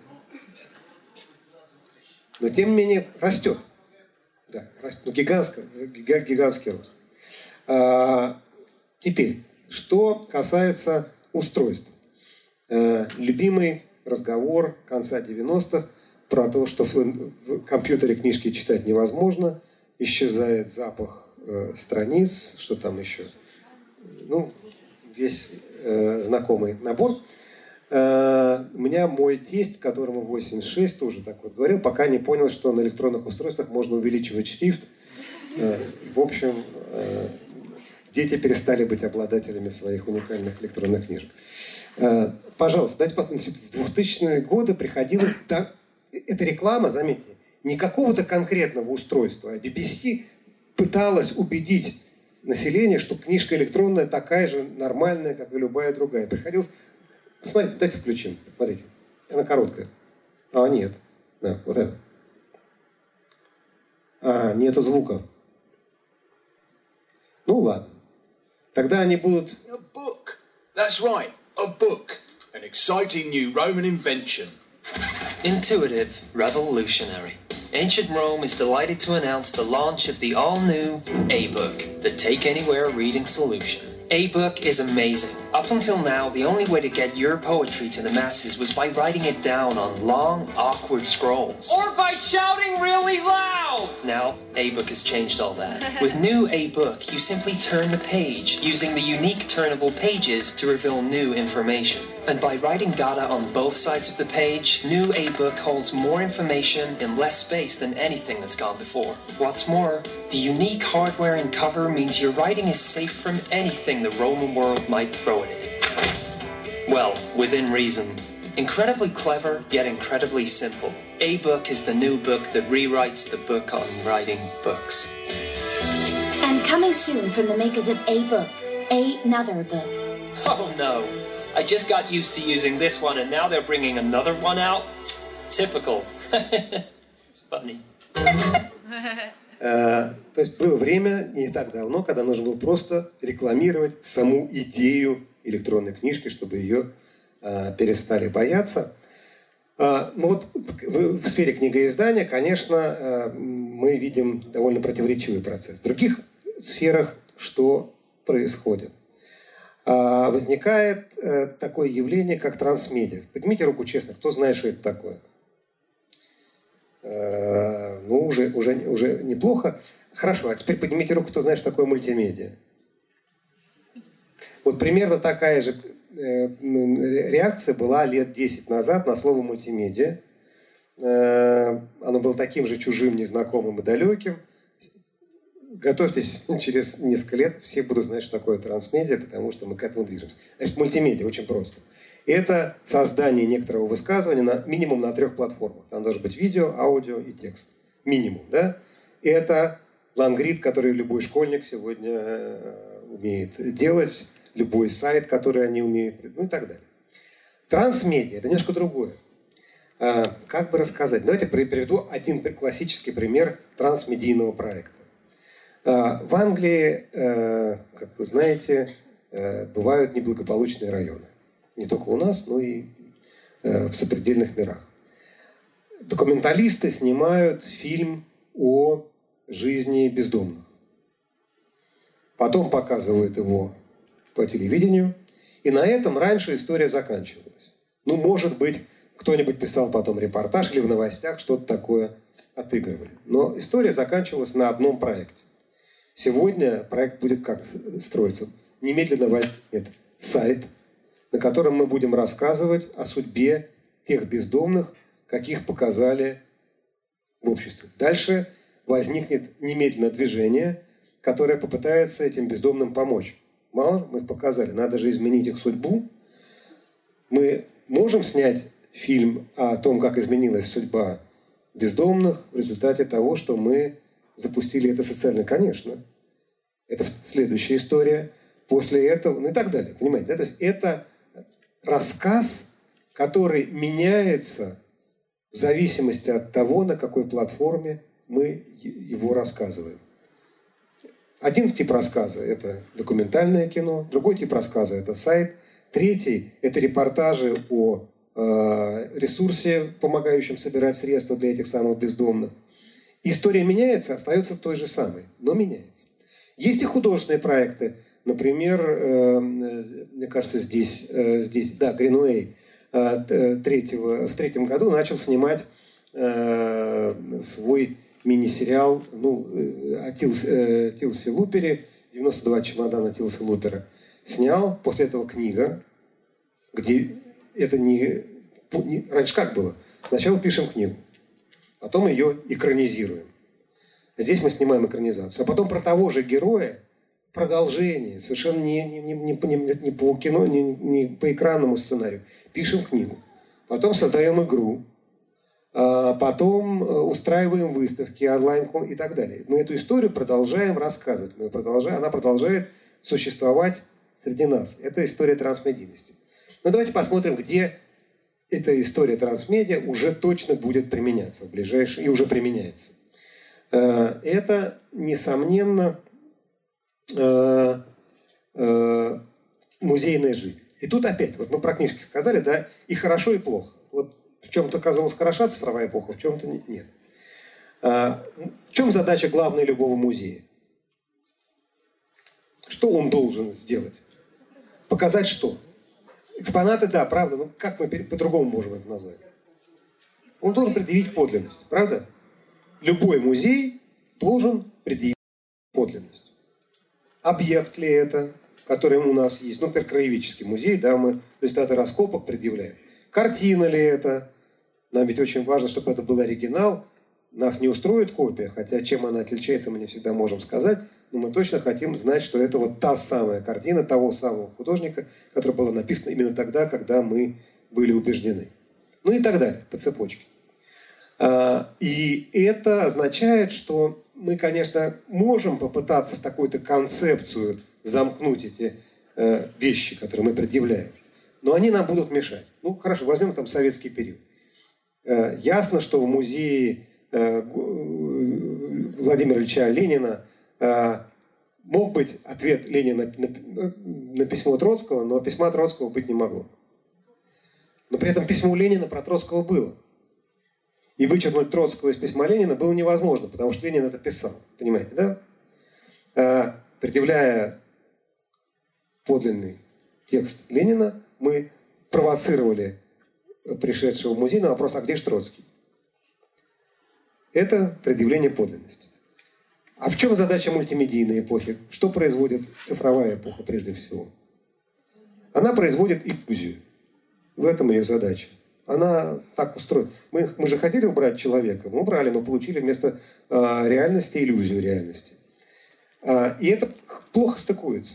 Но тем не менее растет. Да, растет. Ну, гигантский, гигантский рост. А, теперь, что касается устройств. А, любимый разговор конца девяностых про то, что в, в компьютере книжки читать невозможно, исчезает запах э, страниц, что там еще. Ну, весь э, знакомый набор. Э, у меня мой тесть, которому восемьдесят шесть, тоже так вот говорил, пока не понял, что на электронных устройствах можно увеличивать шрифт. Э, в общем, э, дети перестали быть обладателями своих уникальных электронных книжек. Пожалуйста, дайте посмотреть. В двухтысячные годы приходилось... Это реклама, заметьте, не какого-то конкретного устройства, а би би си пыталась убедить население, что книжка электронная такая же нормальная, как и любая другая. Приходилось... Посмотрите, дайте включим. Смотрите. Она короткая. А, нет. Да, вот это. А, нету звука. Ну ладно. Тогда они будут... A book. That's right. A book. An exciting new Roman invention. Intuitive, revolutionary. Ancient Rome is delighted to announce the launch of the all-new A-Book, the take-anywhere reading solution. A-Book is amazing. Up until now, the only way to get your poetry to the masses was by writing it down on long, awkward scrolls. Or by shouting really loud! Now, A-Book has changed all that. With new A-Book, you simply turn the page, using the unique turnable pages to reveal new information. And by writing data on both sides of the page, new A-Book holds more information in less space than anything that's gone before. What's more, the unique hardware and cover means your writing is safe from anything the Roman world might throw at it. Well, within reason. Incredibly clever, yet incredibly simple. A-Book is the new book that rewrites the book on writing books. And coming soon from the makers of A-Book, another book. Oh no. I just got used to using this one and now they're bringing another one out? Typical. It's funny. То есть было время, не так давно, когда нужно было просто рекламировать саму идею электронной книжки, чтобы ее перестали бояться. Ну вот в сфере книгоиздания, конечно, мы видим довольно противоречивый процесс. В других сферах что происходит? Возникает такое явление, как трансмедиа. Поднимите руку честно, кто знает, что это такое? Ну, уже, уже, уже неплохо. Хорошо, а теперь поднимите руку, кто знает, что такое мультимедиа. Вот примерно такая же реакция была лет десять назад на слово мультимедиа. Оно было таким же чужим, незнакомым и далеким. Готовьтесь, через несколько лет все будут знать, что такое трансмедиа, потому что мы к этому движемся. Значит, мультимедиа очень просто. Это создание некоторого высказывания на, минимум на трех платформах. Там должно быть видео, аудио и текст. Минимум, да? Это лангрид, который любой школьник сегодня умеет делать, любой сайт, который они умеют, ну и так далее. Трансмедиа – это немножко другое. А, как бы рассказать? Давайте приведу один классический пример трансмедийного проекта. А, в Англии, а, как вы знаете, а, бывают неблагополучные районы. Не только у нас, но и а, в сопредельных мирах. Документалисты снимают фильм о жизни бездомных. Потом показывают его по телевидению. И на этом раньше история заканчивалась. Ну, может быть, кто-нибудь писал потом репортаж или в новостях что-то такое отыгрывали. Но история заканчивалась на одном проекте. Сегодня проект будет как строиться? Немедленно возникнет сайт, на котором мы будем рассказывать о судьбе тех бездомных, каких показали в обществе. Дальше возникнет немедленно движение, которое попытается этим бездомным помочь. Мало мы их показали, надо же изменить их судьбу. Мы можем снять фильм о том, как изменилась судьба бездомных в результате того, что мы запустили это социально. Конечно. Это следующая история. После этого, ну и так далее. Понимаете? Да? То есть это рассказ, который меняется в зависимости от того, на какой платформе мы его рассказываем. Один тип рассказа – это документальное кино, другой тип рассказа – это сайт, третий – это репортажи о э, ресурсе, помогающем собирать средства для этих самых бездомных. История меняется, остается той же самой, но меняется. Есть и художественные проекты. Например, э, мне кажется, здесь, э, здесь да, Гринуэй э, третьего, в третьем году начал снимать э, свой мини-сериал ну, о Тилс, э, Тилсе Лупере, девяносто два чемодана Тилса Лупера. Снял, после этого книга, где это не, не... Раньше как было? Сначала пишем книгу, потом ее экранизируем. Здесь мы снимаем экранизацию. А потом про того же героя продолжение, совершенно не, не, не, не, не, не по кино, не, не по экранному сценарию. Пишем книгу, потом создаем игру, потом устраиваем выставки, онлайн и так далее. Мы эту историю продолжаем рассказывать, мы продолжаем, она продолжает существовать среди нас. Это история трансмедийности. Но давайте посмотрим, где эта история трансмедиа уже точно будет применяться в ближайшее, и уже применяется. Это, несомненно, музейная жизнь. И тут опять, вот мы про книжки сказали, да, и хорошо, и плохо. Вот в чем-то казалось хороша цифровая эпоха, в чем-то нет. В чем задача главная любого музея? Что он должен сделать? Показать что? Экспонаты, да, правда, но как мы по-другому можем это назвать? Он должен предъявить подлинность, правда? Любой музей должен предъявить подлинность. Объект ли это, который у нас есть? Ну, например, краеведческий музей, да, мы результаты раскопок предъявляем. Картина ли это? Нам ведь очень важно, чтобы это был оригинал. Нас не устроит копия, хотя чем она отличается, мы не всегда можем сказать, но мы точно хотим знать, что это вот та самая картина того самого художника, которая была написана именно тогда, когда мы были убеждены. Ну и так далее, по цепочке. И это означает, что мы, конечно, можем попытаться в такую-то концепцию замкнуть эти вещи, которые мы предъявляем, но они нам будут мешать. Ну, хорошо, возьмем там советский период. Ясно, что в музее Владимира Ильича Ленина мог быть ответ Ленина на, на, на письмо Троцкого, но письма Троцкого быть не могло. Но при этом письмо Ленина про Троцкого было. И вычеркнуть Троцкого из письма Ленина было невозможно, потому что Ленин это писал. Понимаете, да? Предъявляя подлинный текст Ленина, мы провоцировали пришедшего в музей на вопрос, а где же Троцкий? Это предъявление подлинности. А в чем задача мультимедийной эпохи? Что производит цифровая эпоха прежде всего? Она производит иллюзию. В этом ее задача. Она так устроена. Мы, мы же хотели убрать человека. Мы убрали, мы получили вместо э, реальности иллюзию реальности. Э, и это плохо стыкуется.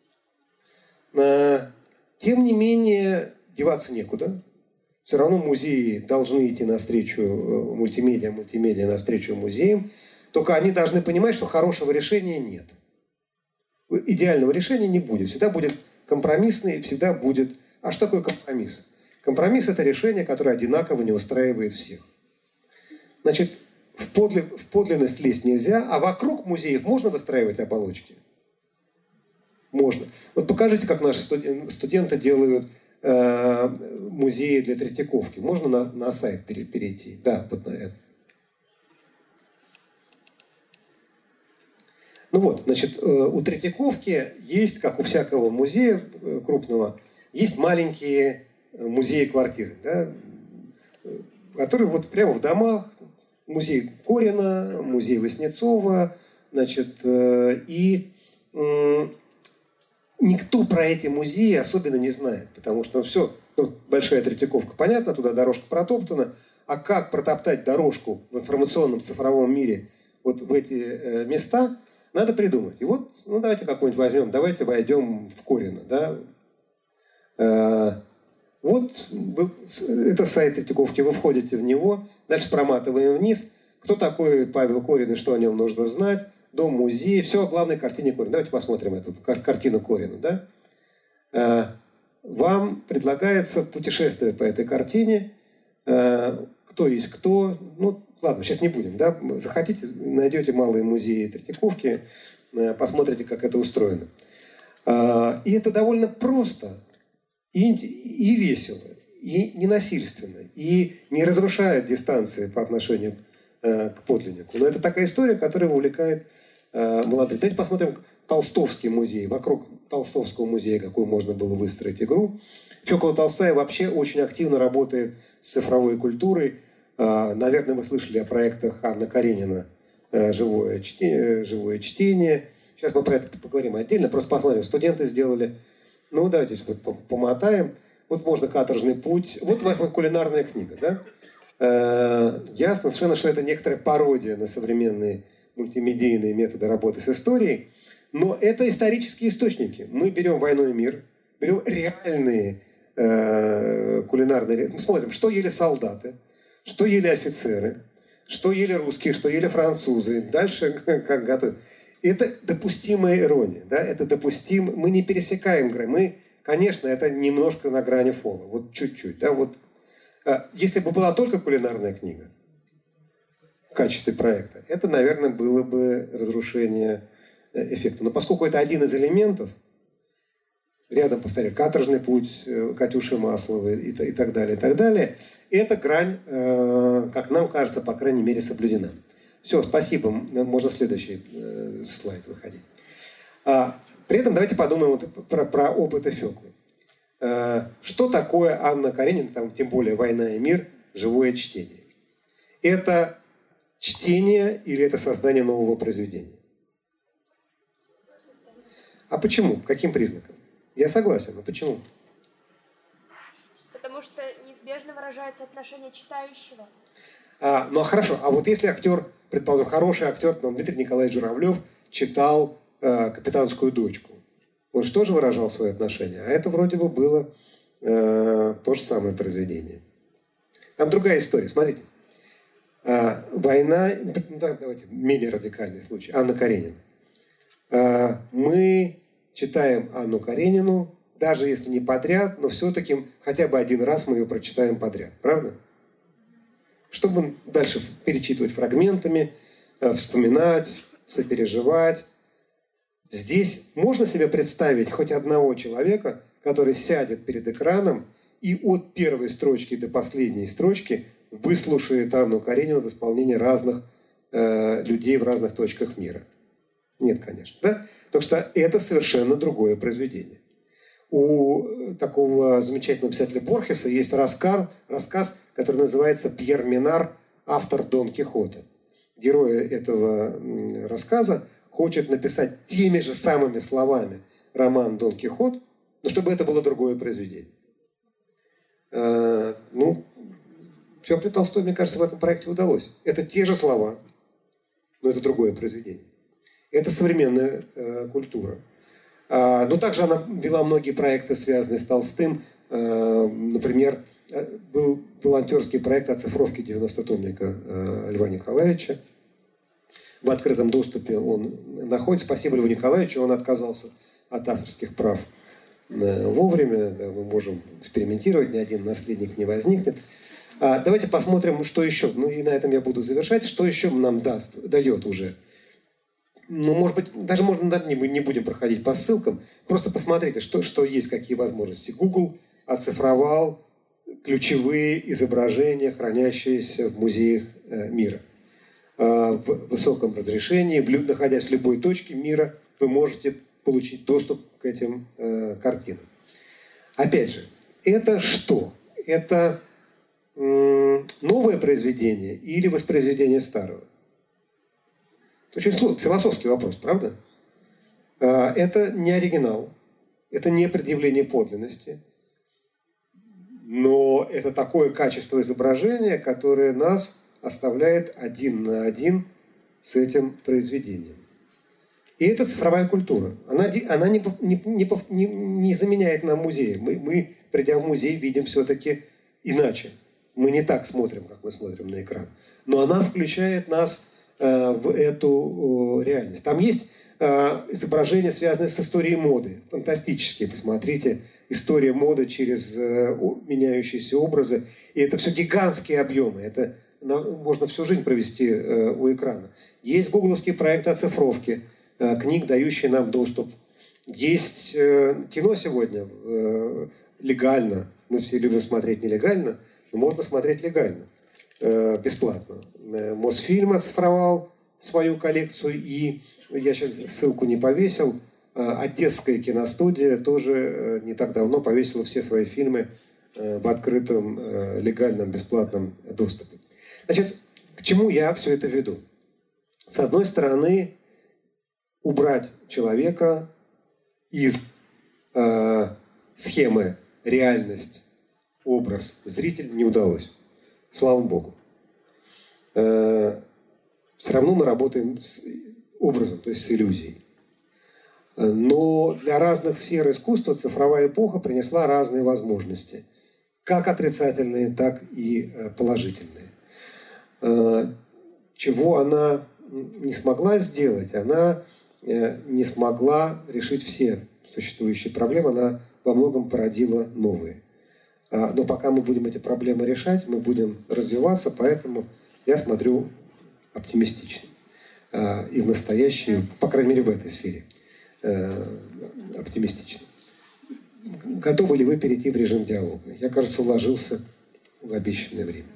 Э, тем не менее, деваться некуда. Все равно музеи должны идти навстречу мультимедиа, мультимедиа навстречу музеям. Только они должны понимать, что хорошего решения нет. Идеального решения не будет. Всегда будет компромиссный, всегда будет... А что такое компромисс? Компромисс – это решение, которое одинаково не устраивает всех. Значит, в, подли... в подлинность лезть нельзя, а вокруг музеев можно выстраивать оболочки? Можно. Вот покажите, как наши студенты делают э, музеи для Третьяковки. Можно на, на сайт перейти? Да, вот на это. Ну вот, значит, у Третьяковки есть, как у всякого музея крупного, есть маленькие музеи-квартиры, да, которые вот прямо в домах. Музей Корина, музей Васнецова, значит, и никто про эти музеи особенно не знает, потому что все, ну, большая Третьяковка, понятно, туда дорожка протоптана, а как протоптать дорожку в информационном цифровом мире вот в эти места, надо придумать. И вот, ну давайте какой-нибудь возьмем, давайте войдем в Корина, да. Э, вот это сайт Третьяковки, вы входите в него, дальше проматываем вниз. Кто такой Павел Корин и что о нем нужно знать? Дом-музей, все о главной картине Корина. Давайте посмотрим эту картину Корина, да. Э, вам предлагается путешествие по этой картине. Э, кто есть кто, ну, ладно, сейчас не будем, да, захотите, найдете малые музеи Третьяковки, посмотрите, как это устроено. И это довольно просто, и, и весело, и ненасильственно, и не разрушает дистанции по отношению к, к подлиннику. Но это такая история, которая увлекает молодых. Давайте посмотрим Толстовский музей, вокруг Толстовского музея, какую можно было выстроить игру. Фёкла Толстая вообще очень активно работает с цифровой культурой. Наверное, вы слышали о проектах Анны Каренина «Живое чтение». «Живое чтение». Сейчас мы про это поговорим отдельно, просто посмотрим. Студенты сделали. Ну, давайте вот помотаем. Вот можно «Каторжный путь». Вот возьмем кулинарная книга. Да? Ясно совершенно, что это некоторая пародия на современные мультимедийные методы работы с историей. Но это исторические источники. Мы берем «Войну и мир», берем реальные э, кулинарные... Мы смотрим, что ели солдаты, что ели офицеры, что ели русские, что ели французы. Дальше как готовят. Это допустимая ирония. Да? Это допустим... Мы не пересекаем грань. Мы, конечно, это немножко на грани фола. Вот чуть-чуть. Да? Вот, э, если бы была только кулинарная книга в качестве проекта, это, наверное, было бы разрушение эффекта. Но поскольку это один из элементов, рядом, повторяю, «Каторжный путь» Катюши Масловой и, и так далее, и так далее, эта грань, э, как нам кажется, по крайней мере, соблюдена. Все, спасибо. Можно следующий э, слайд выходить. А, при этом давайте подумаем вот про, про опыт Фёклы. Э, что такое Анна Каренина, там, тем более «Война и мир», живое чтение? Это чтение или это создание нового произведения? А почему? По каким признакам? Я согласен, но почему? Потому что неизбежно выражается отношение читающего. А, ну а хорошо, а вот если актер, предположим, хороший актер, ну, Дмитрий Николаевич Журавлев читал э, «Капитанскую дочку», он же тоже выражал свое отношение, а это вроде бы было э, то же самое произведение. Там другая история, смотрите. А, война, да, давайте, менее радикальный случай, Анна Каренина. А, мы читаем Анну Каренину, даже если не подряд, но все-таки хотя бы один раз мы ее прочитаем подряд. Правда? Чтобы дальше перечитывать фрагментами, вспоминать, сопереживать. Здесь можно себе представить хоть одного человека, который сядет перед экраном и от первой строчки до последней строчки выслушает Анну Каренину в исполнении разных э, людей в разных точках мира. Нет, конечно. Да? Потому что это совершенно другое произведение. У такого замечательного писателя Борхеса есть рассказ, рассказ, который называется «Пьер Минар, автор Дон Кихота». Герой этого рассказа хочет написать теми же самыми словами роман «Дон Кихот», но чтобы это было другое произведение. А, ну, Фёкле Толстой, мне кажется, в этом проекте удалось. Это те же слова, но это другое произведение. Это современная э, культура. А, но также она вела многие проекты, связанные с Толстым. А, например, был волонтерский проект оцифровки девяностотомника э, Льва Николаевича. В открытом доступе он находится. Спасибо Льву Николаевичу, он отказался от авторских прав э, вовремя. Да, мы можем экспериментировать, ни один наследник не возникнет. А, давайте посмотрим, что еще. Ну и на этом я буду завершать. Что еще нам даст, дает уже. Ну, может быть, даже можно не будем проходить по ссылкам. Просто посмотрите, что, что есть, какие возможности. Google оцифровал ключевые изображения, хранящиеся в музеях мира. В высоком разрешении, находясь в любой точке мира, вы можете получить доступ к этим картинам. Опять же, это что? Это новое произведение или воспроизведение старого? Очень сложный, философский вопрос, правда? Это не оригинал, это не предъявление подлинности, но это такое качество изображения, которое нас оставляет один на один с этим произведением. И это цифровая культура. Она, она не, не, не, не заменяет нам музей. Мы, мы, придя в музей, видим все-таки иначе. Мы не так смотрим, как мы смотрим на экран. Но она включает нас в эту реальность. Там есть изображения, связанные с историей моды. Фантастические, посмотрите. История моды через меняющиеся образы. И это все гигантские объемы. Это можно всю жизнь провести у экрана. Есть гугловские проекты оцифровки книг, дающие нам доступ. Есть кино сегодня легально. Мы все любим смотреть нелегально, но можно смотреть легально. Бесплатно. Мосфильм оцифровал свою коллекцию, и я сейчас ссылку не повесил, Одесская киностудия тоже не так давно повесила все свои фильмы в открытом, легальном, бесплатном доступе. Значит, к чему я все это веду? С одной стороны, убрать человека из э, схемы реальность, образ, зритель не удалось. Слава Богу. Э, все равно мы работаем с образом, то есть с иллюзией. Но для разных сфер искусства цифровая эпоха принесла разные возможности. Как отрицательные, так и положительные. Чего она не смогла сделать, она не смогла решить все существующие проблемы, она во многом породила новые. Но пока мы будем эти проблемы решать, мы будем развиваться, поэтому я смотрю оптимистично. И в настоящее, по крайней мере в этой сфере, оптимистично. Готовы ли вы перейти в режим диалога? Я, кажется, уложился в обещанное время.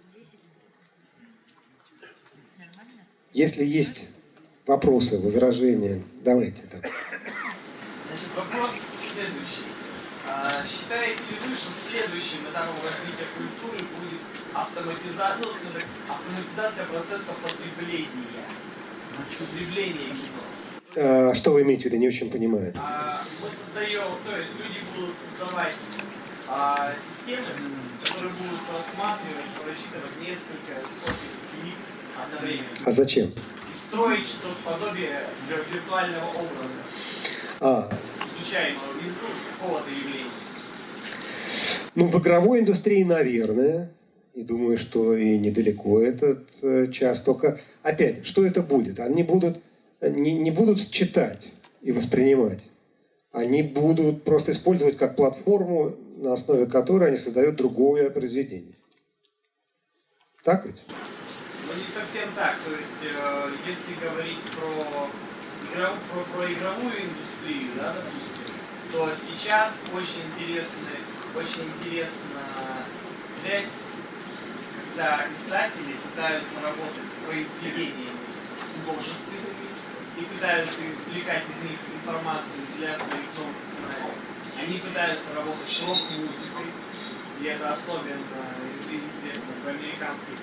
Если есть вопросы, возражения, давайте там. Значит, вопрос следующий. А, считаете ли вы, что следующим этапом развития культуры будет автоматиза... ну, так, автоматизация процесса потребления? Потребления кино? А, что вы имеете в виду? Не очень понимаю. А, мы создаем, то есть люди будут создавать а, системы, которые будут просматривать, прочитывать несколько сотен книг одновременно. А зачем? И строить что-то подобие виртуального образа. А. Изучаемого какого-то явления. Ну, в игровой индустрии, наверное. И думаю, что и недалеко этот э, час. Только, опять, что это будет? Они будут, не, не будут читать и воспринимать. Они будут просто использовать как платформу, на основе которой они создают другое произведение. Так ведь? Ну, не совсем так. То есть, э, если говорить про, игров, про, про игровую индустрию, да, допустим, то сейчас очень интересна, очень интересна связь, когда издатели пытаются работать с произведениями художественными и пытаются извлекать из них информацию для своих новых сценариев. Они пытаются работать с рок-музыкой, и это особенно интересно в американских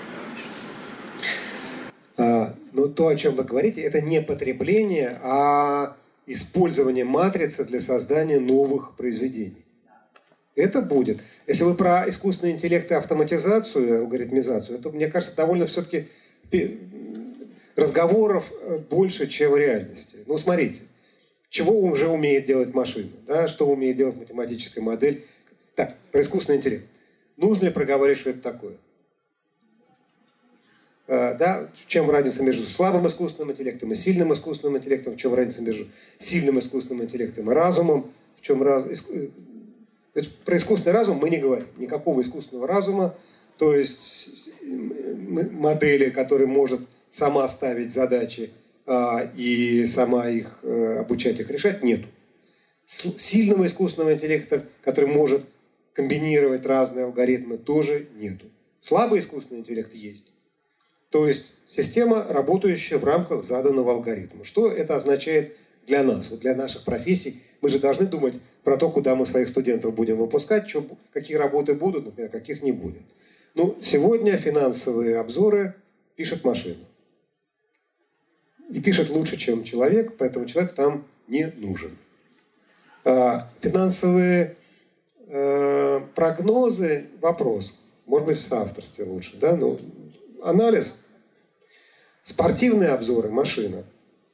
А, ну, то, о чем вы говорите, это не потребление, а использование матрицы для создания новых произведений. Это будет. Если вы про искусственный интеллект и автоматизацию, алгоритмизацию, это, мне кажется, довольно все-таки разговоров больше, чем реальности. Ну, смотрите, чего уже умеет делать машина, да? Что умеет делать математическая модель. Так, про искусственный интеллект. Нужно ли проговорить, что это такое? Да, в чем разница между слабым искусственным интеллектом и сильным искусственным интеллектом, в чем разница между сильным искусственным интеллектом и разумом, в чем раз... Про искусственный разум мы не говорим. Никакого искусственного разума, то есть модели, которая может сама ставить задачи а, и сама их а, обучать их решать, нету. Сильного искусственного интеллекта, который может комбинировать разные алгоритмы, тоже нету. Слабый искусственный интеллект есть. То есть система, работающая в рамках заданного алгоритма. Что это означает для нас, вот для наших профессий? Мы же должны думать про то, куда мы своих студентов будем выпускать, что, какие работы будут, например, каких не будет. Ну, сегодня финансовые обзоры пишет машина. И пишет лучше, чем человек, поэтому человек там не нужен. А финансовые э, прогнозы, вопрос. Может быть, в соавторстве лучше, да? Ну, анализ. Спортивные обзоры, машина.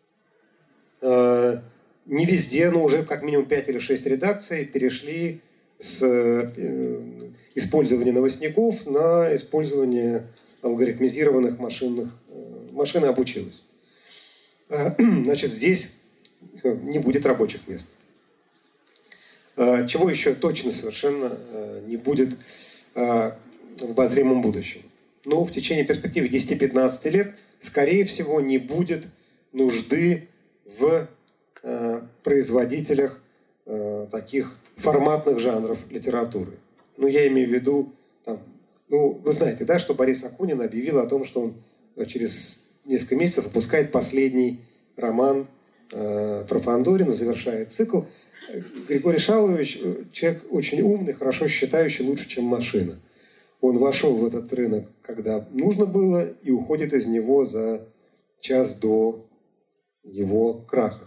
Э, не везде, но уже как минимум пять или шесть редакций перешли с э, использования новостников на использование алгоритмизированных машинных. Э, машина обучилась. Э, значит, здесь не будет рабочих мест. Э, чего еще точно совершенно э, не будет э, в обозримом будущем. Но в течение перспективы десяти-пятнадцати лет, скорее всего, не будет нужды в э, производителях э, таких форматных жанров литературы. Ну, я имею в виду, там, ну, вы знаете, да, что Борис Акунин объявил о том, что он через несколько месяцев выпускает последний роман э, про Фандорина, завершает цикл. Григорий Шалович человек очень умный, хорошо считающий, лучше, чем машина. Он вошел в этот рынок, когда нужно было, и уходит из него за час до его краха.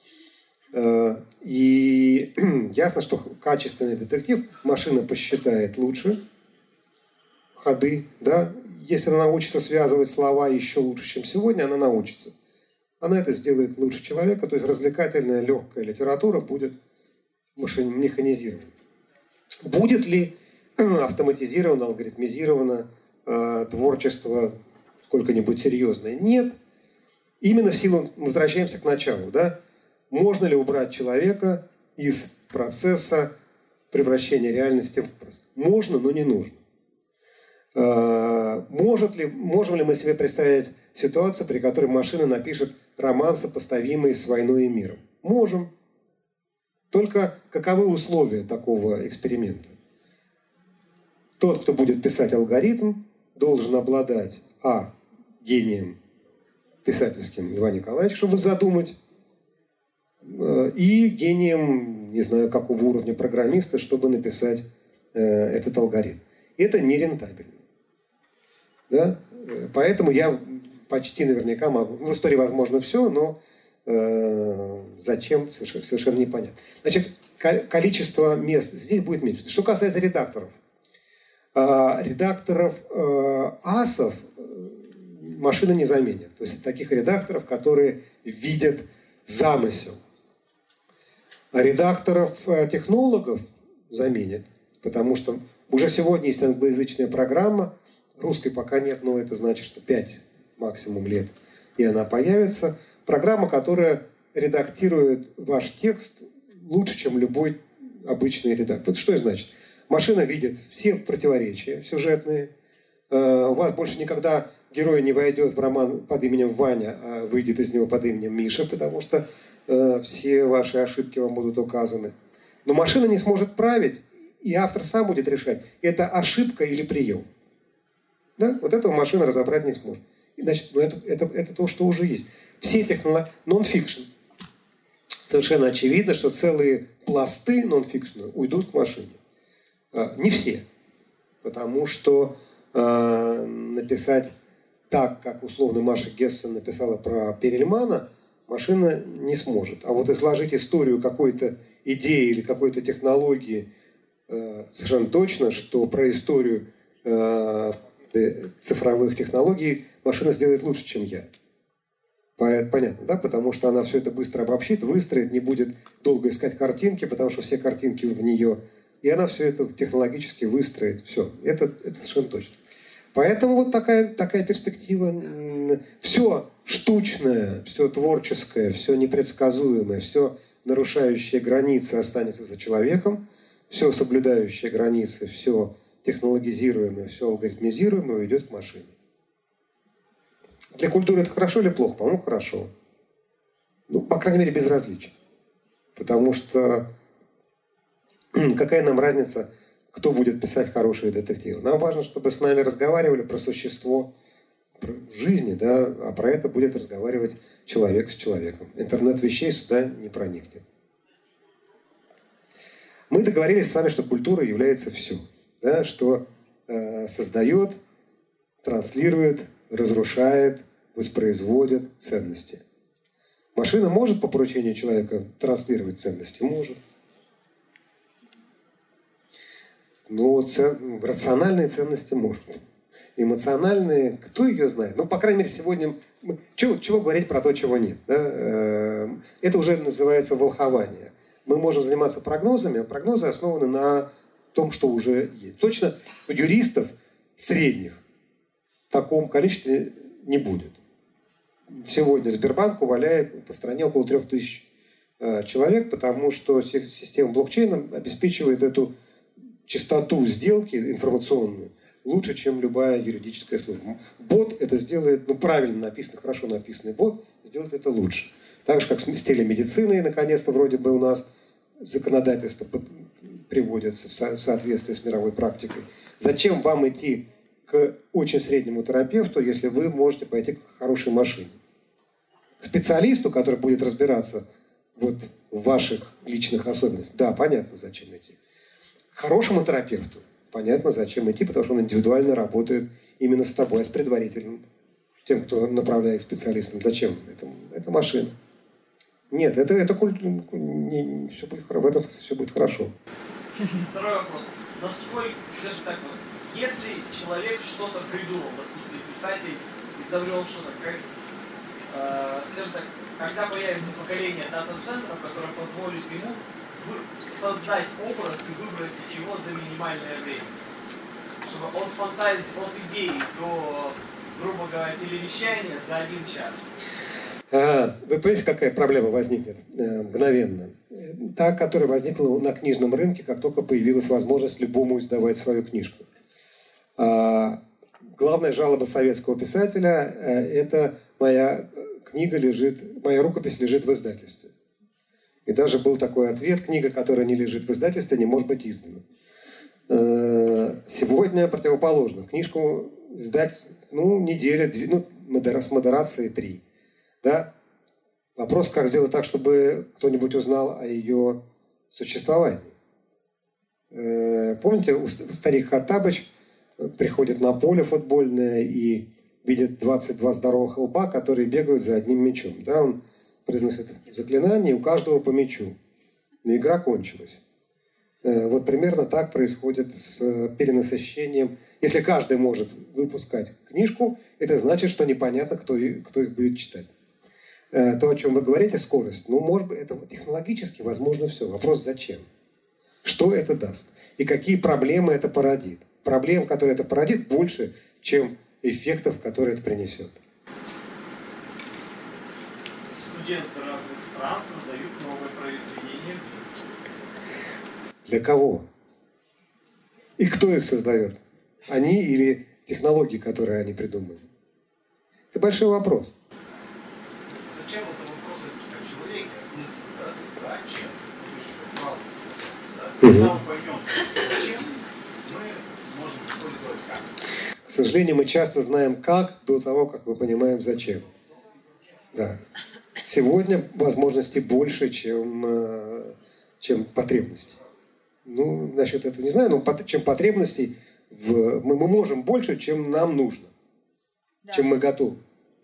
И ясно, что качественный детектив машина посчитает лучше ходы, да. Если она научится связывать слова еще лучше, чем сегодня, она научится. она это сделает лучше человека, то есть развлекательная легкая литература будет механизирована. Будет ли автоматизировано, алгоритмизировано э, творчество сколько-нибудь серьезное? Нет. Именно в силу, мы возвращаемся к началу, да? Можно ли убрать человека из процесса превращения реальности в образ? Можно, но не нужно. Э, может ли, можем ли мы себе представить ситуацию, при которой машина напишет роман, сопоставимый с «Войной и миром»? Можем. Только каковы условия такого эксперимента? Тот, кто будет писать алгоритм, должен обладать а. гением писательским Льва Николаевича, чтобы задумать, и гением, не знаю, какого уровня программиста, чтобы написать э, этот алгоритм. Это нерентабельно. Да? Поэтому я почти наверняка могу... В истории возможно все, но э, зачем, совершенно, совершенно непонятно. Значит, количество мест здесь будет меньше. Что касается редакторов. Э, редакторов э, асов машина не заменит. То есть таких редакторов, которые видят замысел. А редакторов-технологов заменит. Потому что уже сегодня есть англоязычная программа. Русской пока нет, но это значит, что пять максимум лет, и она появится. Программа, которая редактирует ваш текст лучше, чем любой обычный редактор. Вот что это значит? Машина видит все противоречия сюжетные. У вас больше никогда герой не войдет в роман под именем Ваня, а выйдет из него под именем Миша, потому что э, все ваши ошибки вам будут указаны. Но машина не сможет править, и автор сам будет решать, это ошибка или прием. Да? Вот этого машина разобрать не сможет. И, значит, ну это, это, это то, что уже есть. Все технологии... Нон-фикшн. Совершенно очевидно, что целые пласты нон-фикшна уйдут к машине. А, не все. Потому что а, написать так, как условно Маша Гессен написала про Перельмана, машина не сможет. А вот изложить историю какой-то идеи или какой-то технологии э, совершенно точно, что про историю э, цифровых технологий машина сделает лучше, чем я. Понятно, да? Потому что она все это быстро обобщит, выстроит, не будет долго искать картинки, потому что все картинки в нее. И она все это технологически выстроит. Все, это, это совершенно точно. Поэтому вот такая, такая перспектива. Все штучное, все творческое, все непредсказуемое, все нарушающее границы останется за человеком, все соблюдающее границы, все технологизируемое, все алгоритмизируемое уйдет к машине. Для культуры это хорошо или плохо? По-моему, хорошо. Ну, по крайней мере, безразлично. Потому что какая нам разница, кто будет писать хорошие детективы? Нам важно, чтобы с нами разговаривали про существо жизни, да, а про это будет разговаривать человек с человеком. Интернет вещей сюда не проникнет. Мы договорились с вами, что культура является все. Да, что э, создает, транслирует, разрушает, воспроизводит ценности. Машина может по поручению человека транслировать ценности? Может. Но цен... рациональные ценности может. Эмоциональные, кто ее знает? Ну, по крайней мере, сегодня... Чего, чего говорить про то, чего нет? Да? Это уже называется волхование. Мы можем заниматься прогнозами, а прогнозы основаны на том, что уже есть. Точно юристов средних в таком количестве не будет. Сегодня Сбербанк валяет по стране около трех тысяч человек, потому что система блокчейна обеспечивает эту чистоту сделки информационную лучше, чем любая юридическая служба. Бот это сделает, ну правильно написанный, хорошо написанный бот сделает это лучше. Так же, как с телемедициной, наконец-то, вроде бы у нас законодательство приводится в соответствии с мировой практикой. Зачем вам идти к очень среднему терапевту, если вы можете пойти к хорошей машине? К специалисту, который будет разбираться вот в ваших личных особенностях. Да, понятно, зачем идти. К хорошему терапевту понятно, зачем идти, потому что он индивидуально работает именно с тобой, а с предварительным, тем, кто направляет специалистам. Зачем? Это, это машина. Нет, это, это культ, не, все будет, в этом все будет хорошо. Второй вопрос. Насколько, скажем так, вот, если человек что-то придумал, допустим, писатель изобрел что-то, как, э, скажем так, когда появится поколение дата-центров, которое позволит ему создать образ и выбросить его за минимальное время. Чтобы от фантазии, от идеи до, грубо говоря, телевещания за один час. А, вы понимаете, какая проблема возникнет э, мгновенно? Та, которая возникла на книжном рынке, как только появилась возможность любому издавать свою книжку. А, главная жалоба советского писателя э, – это моя книга лежит, моя рукопись лежит в издательстве. И даже был такой ответ: книга, которая не лежит в издательстве, не может быть издана. Э, сегодня противоположно. Книжку издать, ну, неделя, две, ну, модера, с модерацией три. Да? Вопрос, как сделать так, чтобы кто-нибудь узнал о ее существовании. Э, помните, старик Хаттабыч приходит на поле футбольное и видит двадцать два здоровых лба, которые бегают за одним мячом. Да? Он произносит заклинание, у каждого по мячу. Но игра кончилась. Э, вот примерно так происходит с перенасыщением. Если каждый может выпускать книжку, это значит, что непонятно, кто, кто их будет читать. То, о чем вы говорите, скорость, ну, может быть, это технологически возможно все. Вопрос, зачем? Что это даст? И какие проблемы это породит? Проблем, которые это породит, больше, чем эффектов, которые это принесет. Студенты разных стран создают новые произведения. Для кого? И кто их создает? Они или технологии, которые они придумали? Это большой вопрос. Зачем это вопрос как человека? Смысл, да? Зачем? Мы же да? Когда мы поймем, зачем, мы сможем использовать как. К сожалению, мы часто знаем как до того, как мы понимаем зачем. Да. Сегодня возможностей больше, чем, чем потребностей. Ну, насчет этого не знаю, но чем потребностей в, мы, мы можем больше, чем нам нужно, да. Чем мы готовы.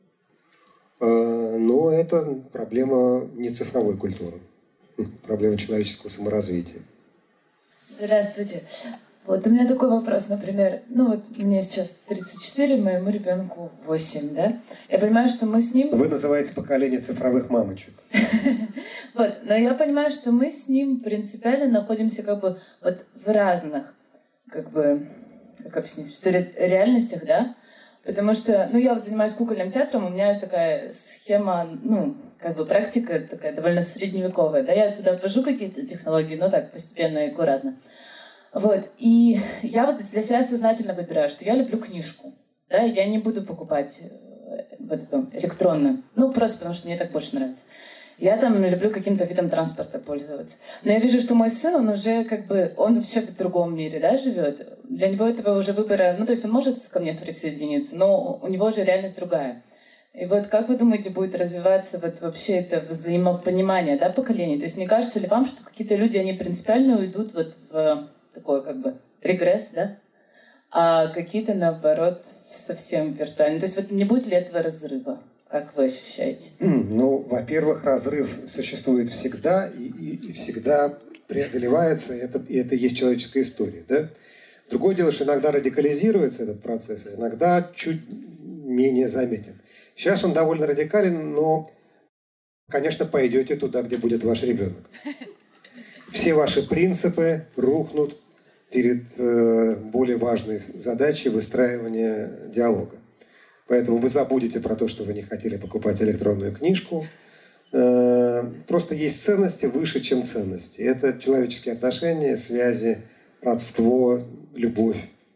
Но это проблема не цифровой культуры, проблема человеческого саморазвития. Здравствуйте. Вот у меня такой вопрос, например, ну вот мне сейчас тридцать четыре, моему ребенку восемь, да? Я понимаю, что мы с ним... Вы называете поколение цифровых мамочек. Вот, но я понимаю, что мы с ним принципиально находимся как бы вот в разных, как бы, как объяснить, что ли, реальностях, да? Потому что, ну, я вот занимаюсь кукольным театром, у меня такая схема, ну, как бы практика такая довольно средневековая, да? Я туда ввожу какие-то технологии, но так, постепенно и аккуратно. Вот, и я вот для себя сознательно выбираю, что я люблю книжку, да, я не буду покупать вот эту электронную, ну, просто потому что мне так больше нравится. Я там люблю каким-то видом транспорта пользоваться. Но я вижу, что мой сын, он уже как бы, он вообще в другом мире, да, живет. Для него этого уже выбора, ну, то есть он может ко мне присоединиться, но у него уже реальность другая. И вот как вы думаете, будет развиваться вот вообще это взаимопонимание, да, поколений? То есть не кажется ли вам, что какие-то люди, они принципиально уйдут вот в такой как бы регресс, да? А какие-то, наоборот, совсем виртуальные. То есть вот не будет ли этого разрыва? Как вы ощущаете? Ну, во-первых, разрыв существует всегда и, и, и всегда преодолевается, и это, и это есть человеческая история, да? Другое дело, что иногда радикализируется этот процесс, а иногда чуть менее заметен. Сейчас он довольно радикален, но, конечно, пойдете туда, где будет ваш ребенок. Все ваши принципы рухнут перед э, более важной задачей выстраивания диалога. Поэтому вы забудете про то, что вы не хотели покупать электронную книжку. Э, просто есть ценности выше, чем ценности. Это человеческие отношения, связи, родство, любовь.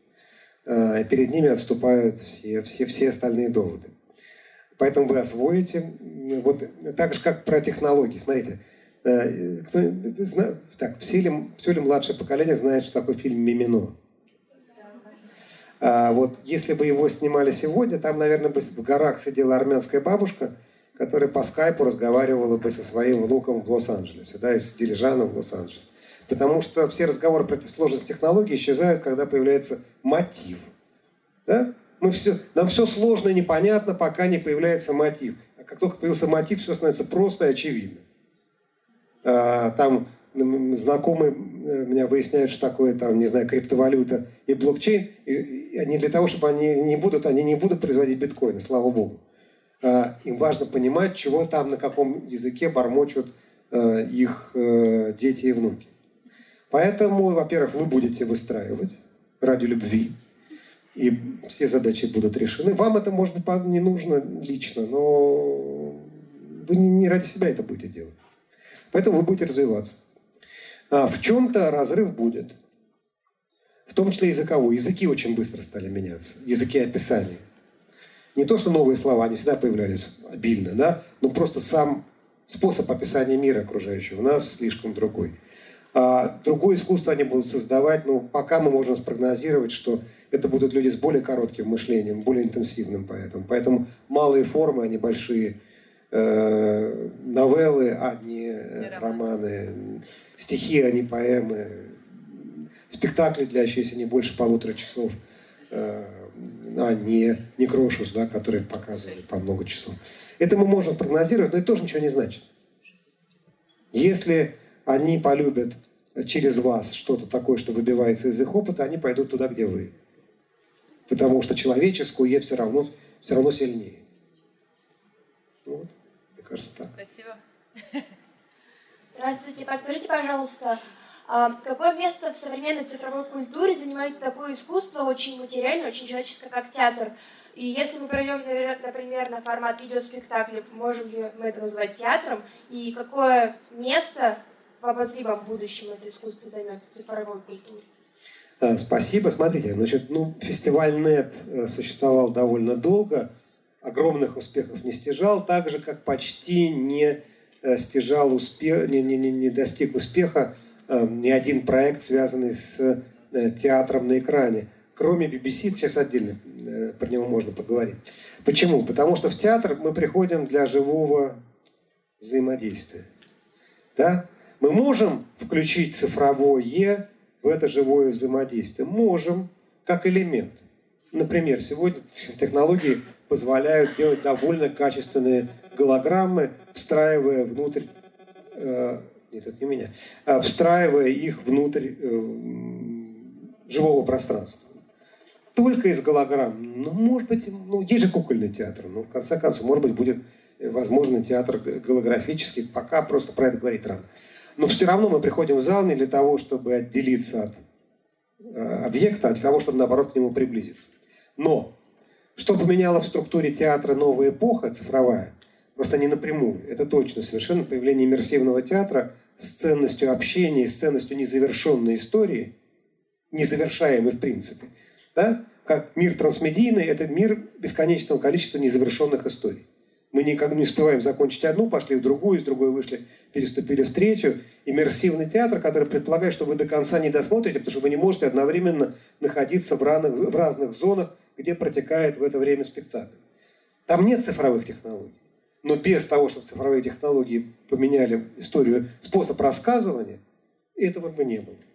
Э, перед ними отступают все, все, все остальные доводы. Поэтому вы освоите. Вот, так же, как про технологии. Смотрите. Кто, так, все ли, все ли младшее поколение знает, что такое фильм «Мимино»? А вот если бы его снимали сегодня, там, наверное, бы в горах сидела армянская бабушка, которая по скайпу разговаривала бы со своим внуком в Лос-Анджелесе, да, из Дилижана в Лос-Анджелес. Потому что все разговоры про сложность технологий исчезают, когда появляется мотив. Да? Мы все, нам все сложно и непонятно, пока не появляется мотив. А как только появился мотив, все становится просто и очевидно. Там знакомые меня выясняют, что такое, там, не знаю, криптовалюта и блокчейн. И они для того, чтобы они не будут, они не будут производить биткоины, слава богу. им важно понимать, чего там, на каком языке бормочут э, их э, дети и внуки. Поэтому, во-первых, вы будете выстраивать ради любви, и все задачи будут решены. Вам это, может быть, не нужно лично, но вы не ради себя это будете делать. Поэтому вы будете развиваться. А в чем-то разрыв будет. В том числе языковой. Языки очень быстро стали меняться. Языки описания. Не то, что новые слова, они всегда появлялись обильно, да? Но просто сам способ описания мира окружающего у нас слишком другой. А другое искусство они будут создавать, но пока мы можем спрогнозировать, что это будут люди с более коротким мышлением, более интенсивным поэтому. Поэтому малые формы, они большие э, новеллы, а не э, романы, стихи, а не поэмы, спектакли, длящиеся не больше полутора часов, э, а не некрошус, да, который показывали по много часов. Это мы можем спрогнозировать, но это тоже ничего не значит. Если они полюбят через вас что-то такое, что выбивается из их опыта, они пойдут туда, где вы. Потому что человеческое все равно, все равно сильнее. Вот, мне кажется, так. Спасибо. Здравствуйте. Подскажите, пожалуйста, какое место в современной цифровой культуре занимает такое искусство, очень материальное, очень человеческое, как театр? И если мы перейдем, например, на формат видеоспектакля, можем ли мы это назвать театром? И какое место в обозримом будущем это искусство займет в цифровой культуре? Спасибо. Смотрите, значит, ну, фестиваль нет существовал довольно долго, огромных успехов не стяжал, так же, как почти не стяжал успех, не, не, не достиг успеха ни один проект, связанный с театром на экране. Кроме би би си, сейчас отдельно про него можно поговорить. Почему? Потому что в театр мы приходим для живого взаимодействия. Да? Мы можем включить цифровое в это живое взаимодействие. Можем, как элемент. Например, сегодня технологии позволяют делать довольно качественные голограммы, встраивая внутрь, э, нет, это не меня, э, встраивая их внутрь э, живого пространства. Только из голограмм. Ну, может быть, ну, есть же кукольный театр. Ну, в конце концов, может быть, будет возможный театр голографический. Пока просто про это говорить рано. Но все равно мы приходим в зал не для того, чтобы отделиться от э, объекта, а для того, чтобы, наоборот, к нему приблизиться. Но что поменяло в структуре театра новая эпоха, цифровая, просто не напрямую, это точно совершенно появление иммерсивного театра с ценностью общения, с ценностью незавершенной истории, незавершаемой в принципе. Да? Как мир трансмедийный, это мир бесконечного количества незавершенных историй. Мы никак не успеваем закончить одну, пошли в другую, из другой вышли, переступили в третью. Иммерсивный театр, который предполагает, что вы до конца не досмотрите, потому что вы не можете одновременно находиться в разных, в разных зонах, где протекает в это время спектакль. Там нет цифровых технологий. Но без того, чтобы цифровые технологии поменяли историю, способ рассказывания, этого бы не было.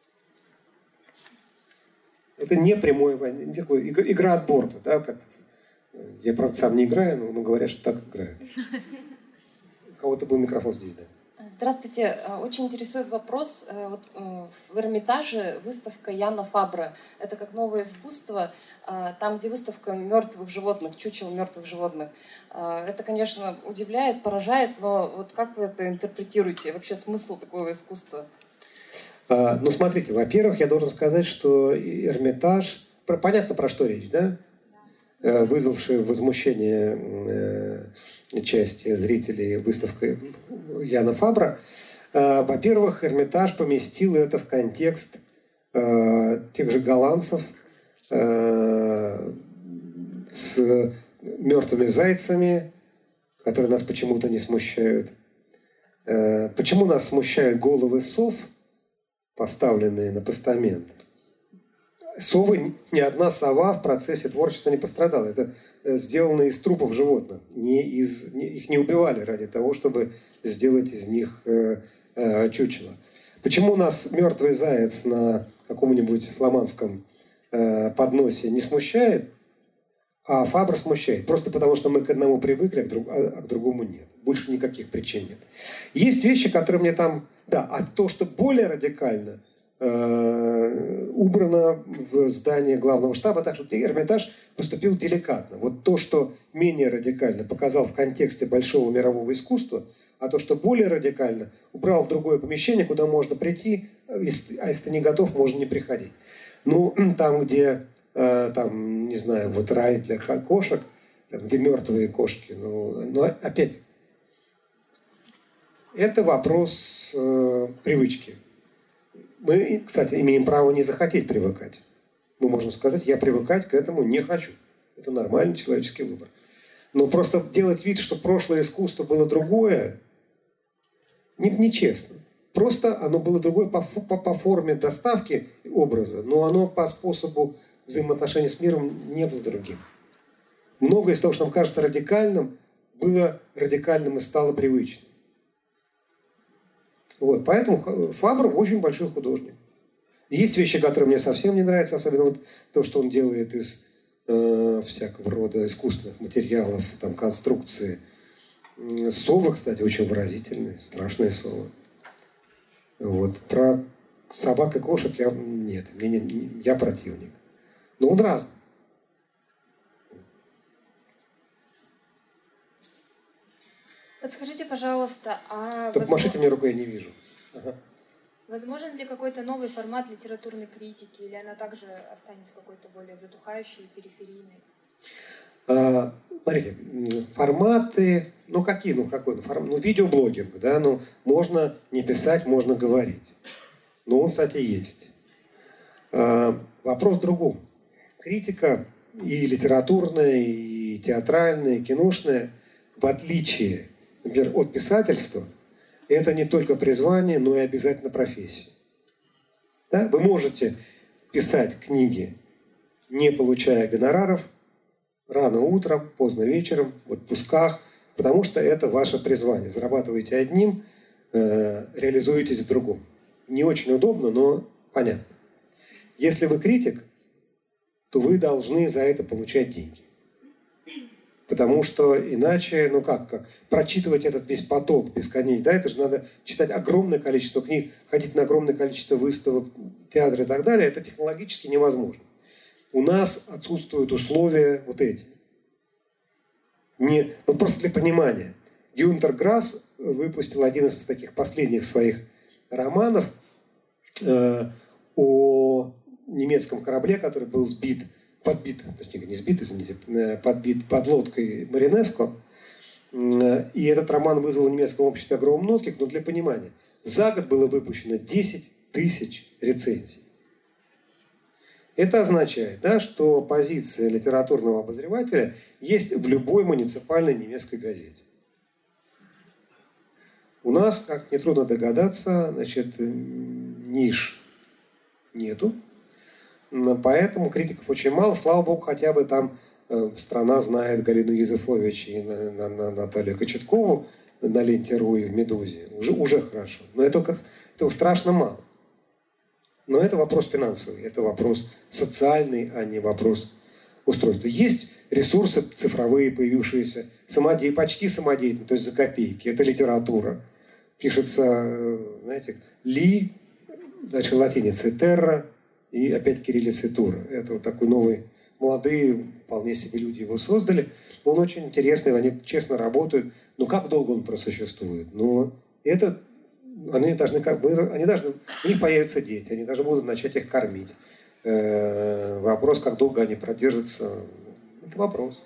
Это не прямое, не такое, игра от борта, да, как я, правда, сам не играю, но говорят, что так играю. У кого-то был микрофон здесь, да. Здравствуйте. Очень интересует вопрос. Вот в Эрмитаже выставка Яна Фабра. Это как новое искусство. Там, где выставка мертвых животных, чучел мертвых животных. Это, конечно, удивляет, поражает, но вот как вы это интерпретируете? Вообще смысл такого искусства? Ну, смотрите, во-первых, я должен сказать, что Эрмитаж... Понятно, про что речь, да? Вызвавшие возмущение части зрителей выставкой Яна Фабра. Во-первых, Эрмитаж поместил это в контекст тех же голландцев с мертвыми зайцами, которые нас почему-то не смущают. Почему нас смущают головы сов, поставленные на постамент? Совы, ни одна сова в процессе творчества не пострадала. Это сделано из трупов животных. Не из, не, их не убивали ради того, чтобы сделать из них э, э, чучело. Почему нас мертвый заяц на каком-нибудь фламандском э, подносе не смущает, а Фабра смущает? Просто потому, что мы к одному привыкли, а к, друг, а к другому нет. Больше никаких причин нет. Есть вещи, которые мне там... Да, а то, что более радикально... э, убрано в здание главного штаба, так что Эрмитаж поступил деликатно. Вот то, что менее радикально показал в контексте большого мирового искусства, а то, что более радикально, убрал в другое помещение, куда можно прийти, а если ты не готов, можно не приходить. Ну, там, где, э, там, не знаю, вот рай для кошек, там, где мертвые кошки, ну, но опять, это вопрос э, привычки. Мы, кстати, имеем право не захотеть привыкать. Мы можем сказать, я привыкать к этому не хочу. Это нормальный человеческий выбор. Но просто делать вид, что прошлое искусство было другое, не, нечестно. Просто оно было другое по, по, по форме доставки образа, но оно по способу взаимоотношений с миром не было другим. Многое из того, что нам кажется радикальным, было радикальным и стало привычным. Вот, поэтому Фабр очень большой художник. Есть вещи, которые мне совсем не нравятся, особенно вот то, что он делает из э, всякого рода искусственных материалов, там, конструкции. Совы, кстати, очень выразительные, страшные совы. Вот. Про собак и кошек я нет, мне не, я противник. Но он разный. Подскажите, пожалуйста, а... Только возможно... машите мне рукой, я не вижу. Ага. Возможен ли какой-то новый формат литературной критики, или она также останется какой-то более затухающей и периферийной? А, смотрите, форматы, ну какие, ну какой, ну, форм, ну видеоблогинг, да, ну можно не писать, можно говорить. Но он, кстати, есть. А, вопрос в другом. Критика и литературная, и театральная, и киношная, в отличие, например, от писательства, это не только призвание, но и обязательно профессия. Да? Вы можете писать книги, не получая гонораров, рано утром, поздно вечером, в отпусках, потому что это ваше призвание. Зарабатываете одним, э, реализуетесь в другом. Не очень удобно, но понятно. Если вы критик, то вы должны за это получать деньги. Потому что иначе, ну как, как прочитывать этот весь поток бесконечный, да, это же надо читать огромное количество книг, ходить на огромное количество выставок, театры и так далее, это технологически невозможно. У нас отсутствуют условия вот эти. Не, вот просто для понимания. Гюнтер Грасс выпустил один из таких последних своих романов э, о немецком корабле, который был сбит, подбит, точнее не сбит, извините, подбит под лодкой Маринеско. И этот роман вызвал в немецком обществе огромный отклик, но для понимания. За год было выпущено десять тысяч рецензий. Это означает, да, что позиция литературного обозревателя есть в любой муниципальной немецкой газете. У нас, как нетрудно догадаться, значит, ниш нету. Поэтому критиков очень мало. Слава богу, хотя бы там э, страна знает Галину Юзефович и на, на, на Наталью Кочеткову на Ленте.ру и в «Медузе». Уже, уже хорошо. Но этого, этого страшно мало. Но это вопрос финансовый, это вопрос социальный, а не вопрос устройства. Есть ресурсы цифровые, появившиеся, самоде... почти самодеятельные, то есть за копейки. Это литература. Пишется, знаете, ли, дальше латиницей терра, и опять кириллицей тура. Это вот такой новый, молодые, вполне себе люди его создали. Он очень интересный, они честно работают. Но как долго он просуществует? Но это, они должны, как бы, они должны, у них появятся дети, они должны будут начать их кормить. Э-э, вопрос, как долго они продержатся, это вопрос.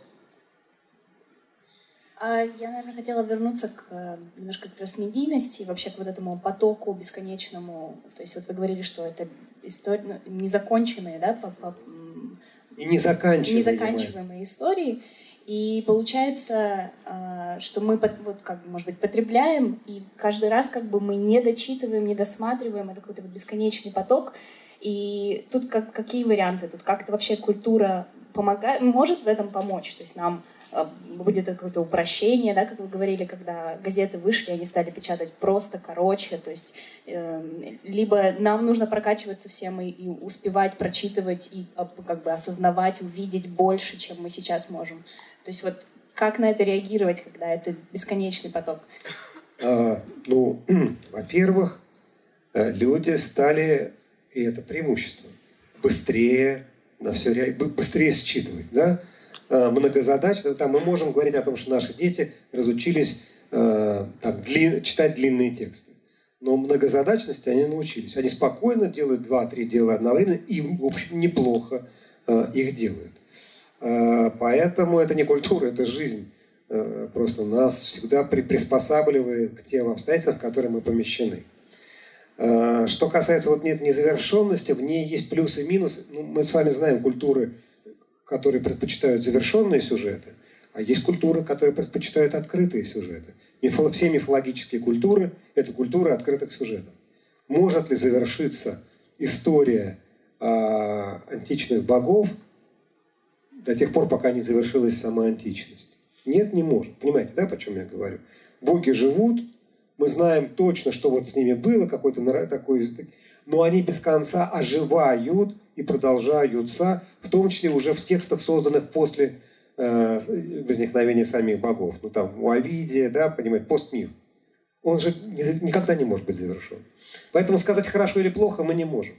Я, наверное, хотела вернуться к, немножко к трансмедийности и вообще к вот этому потоку бесконечному. То есть вот вы говорили, что это история, незаконченные, да, по, по, и незаканчиваемые, незаканчиваемые истории. И получается, что мы, вот, как, может быть, потребляем, и каждый раз как бы мы не дочитываем, не досматриваем, это какой-то бесконечный поток. И тут как, какие варианты? Тут как-то вообще культура помогает, может в этом помочь? То есть нам будет какое-то упрощение, да, как вы говорили, когда газеты вышли, они стали печатать просто короче, то есть э, либо нам нужно прокачиваться всем и, и успевать прочитывать и как бы осознавать, увидеть больше, чем мы сейчас можем. То есть вот как на это реагировать, когда это бесконечный поток? А, ну, во-первых, люди стали И это преимущество. Быстрее на все, быстрее считывать. Да? Многозадачно. Там мы можем говорить о том, что наши дети разучились э, там, длин, читать длинные тексты. Но многозадачности они научились. Они спокойно делают два-три дела одновременно и, в общем, неплохо э, их делают. Э, поэтому это не культура, это жизнь. Э, просто нас всегда при, приспосабливает к тем обстоятельствам, в которые мы помещены. Э, что касается вот нет незавершенности, в ней есть плюсы и минусы. Ну, мы с вами знаем культуры, которые предпочитают завершенные сюжеты, а есть культуры, которые предпочитают открытые сюжеты. Мифо, все мифологические культуры – это культуры открытых сюжетов. Может ли завершиться история э, античных богов до тех пор, пока не завершилась сама античность? Нет, не может. Понимаете, да, о чем я говорю? Боги живут, мы знаем точно, что вот с ними было, какой-то такой, но они без конца оживают и продолжаются, в том числе уже в текстах, созданных после э, возникновения самих богов. Ну там у Овидия, да, понимаете, постмиф. Он же никогда не может быть завершен. Поэтому сказать хорошо или плохо мы не можем.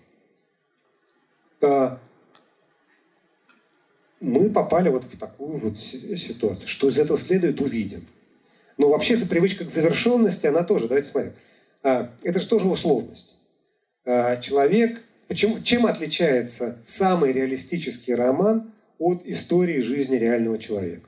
Мы попали вот в такую вот ситуацию. Что из этого следует, увидим. Но вообще за привычка к завершенности, она тоже, давайте смотрим. Это же тоже условность. Человек, почему, чем отличается самый реалистический роман от истории жизни реального человека?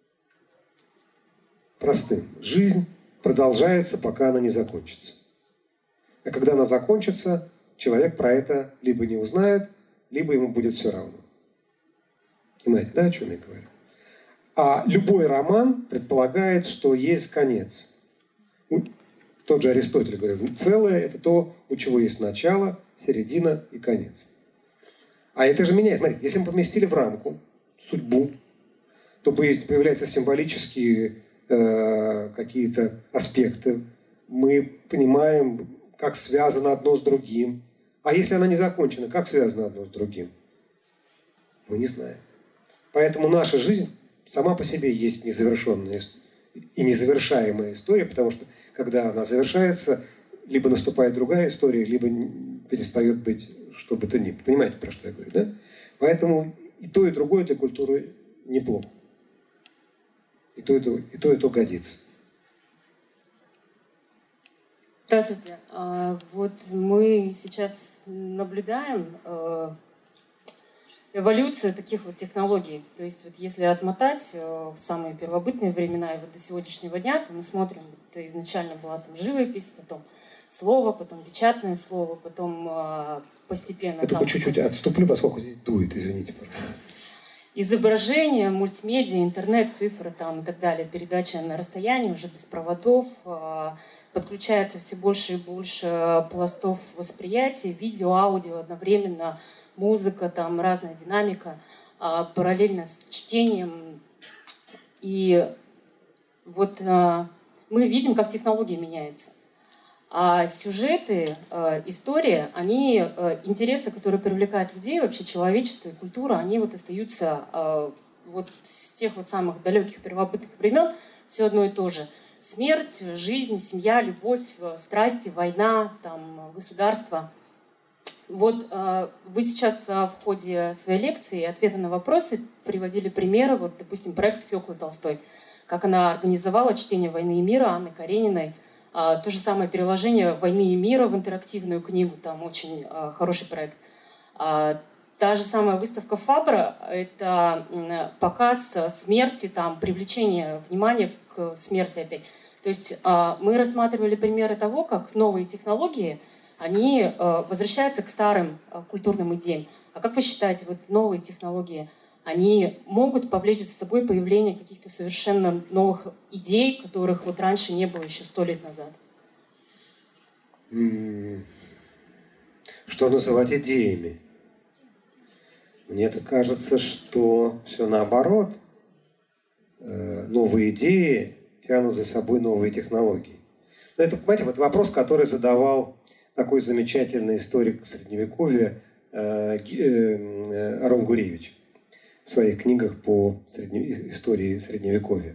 Простым. Жизнь продолжается, пока она не закончится. А когда она закончится, человек про это либо не узнает, либо ему будет все равно. Понимаете, да, о чем я говорю? А любой роман предполагает, что есть конец. Тот же Аристотель говорил, целое – это то, у чего есть начало, середина и конец. А это же меняет. Смотрите, если мы поместили в рамку судьбу, то появляются символические э, какие-то аспекты. Мы понимаем, как связано одно с другим. А если она не закончена, как связано одно с другим? Мы не знаем. Поэтому наша жизнь сама по себе есть незавершенная и незавершаемая история, потому что, когда она завершается, либо наступает другая история, либо перестает быть что бы то ни было. Понимаете, про что я говорю, да? Поэтому и то, и другое для культуры неплохо. И то, и то, и то, и то годится. Здравствуйте. Вот мы сейчас наблюдаем эволюцию таких вот технологий. То есть вот если отмотать в самые первобытные времена и вот до сегодняшнего дня, то мы смотрим, вот изначально была там живопись, потом слово, потом печатное слово, потом постепенно... Я только чуть-чуть отступлю, поскольку здесь дует, извините, пожалуйста. Изображения, мультимедиа, интернет, цифры там, и так далее, передача на расстоянии, уже без проводов, подключается все больше и больше пластов восприятия, видео, аудио одновременно, музыка, там разная динамика, параллельно с чтением. И вот мы видим, как технологии меняются. А сюжеты, история, они, интересы, которые привлекают людей, вообще человечество и культура, они вот остаются вот с тех вот самых далеких первобытных времен, все одно и то же. Смерть, жизнь, семья, любовь, страсти, война, там, государство. Вот э, вы сейчас э, в ходе своей лекции ответы на вопросы приводили примеры, вот, допустим, проект Фёклы Толстой, как она организовала чтение «Войны и мира» Анны Карениной. Э, то же самое переложение «Войны и мира» в интерактивную книгу, там очень э, хороший проект. Э, та же самая выставка Фабра – это э, показ смерти, там, привлечение внимания к смерти опять. То есть э, мы рассматривали примеры того, как новые технологии они э, возвращаются к старым э, культурным идеям. А как вы считаете, вот новые технологии, они могут повлечь за собой появление каких-то совершенно новых идей, которых вот раньше не было еще сто лет назад? Что называть идеями? Мне так кажется, что все наоборот. Э, новые идеи тянут за собой новые технологии. Но это, понимаете, вот вопрос, который задавал такой замечательный историк Средневековья э, э, Арон Гуревич в своих книгах по средне... истории Средневековья.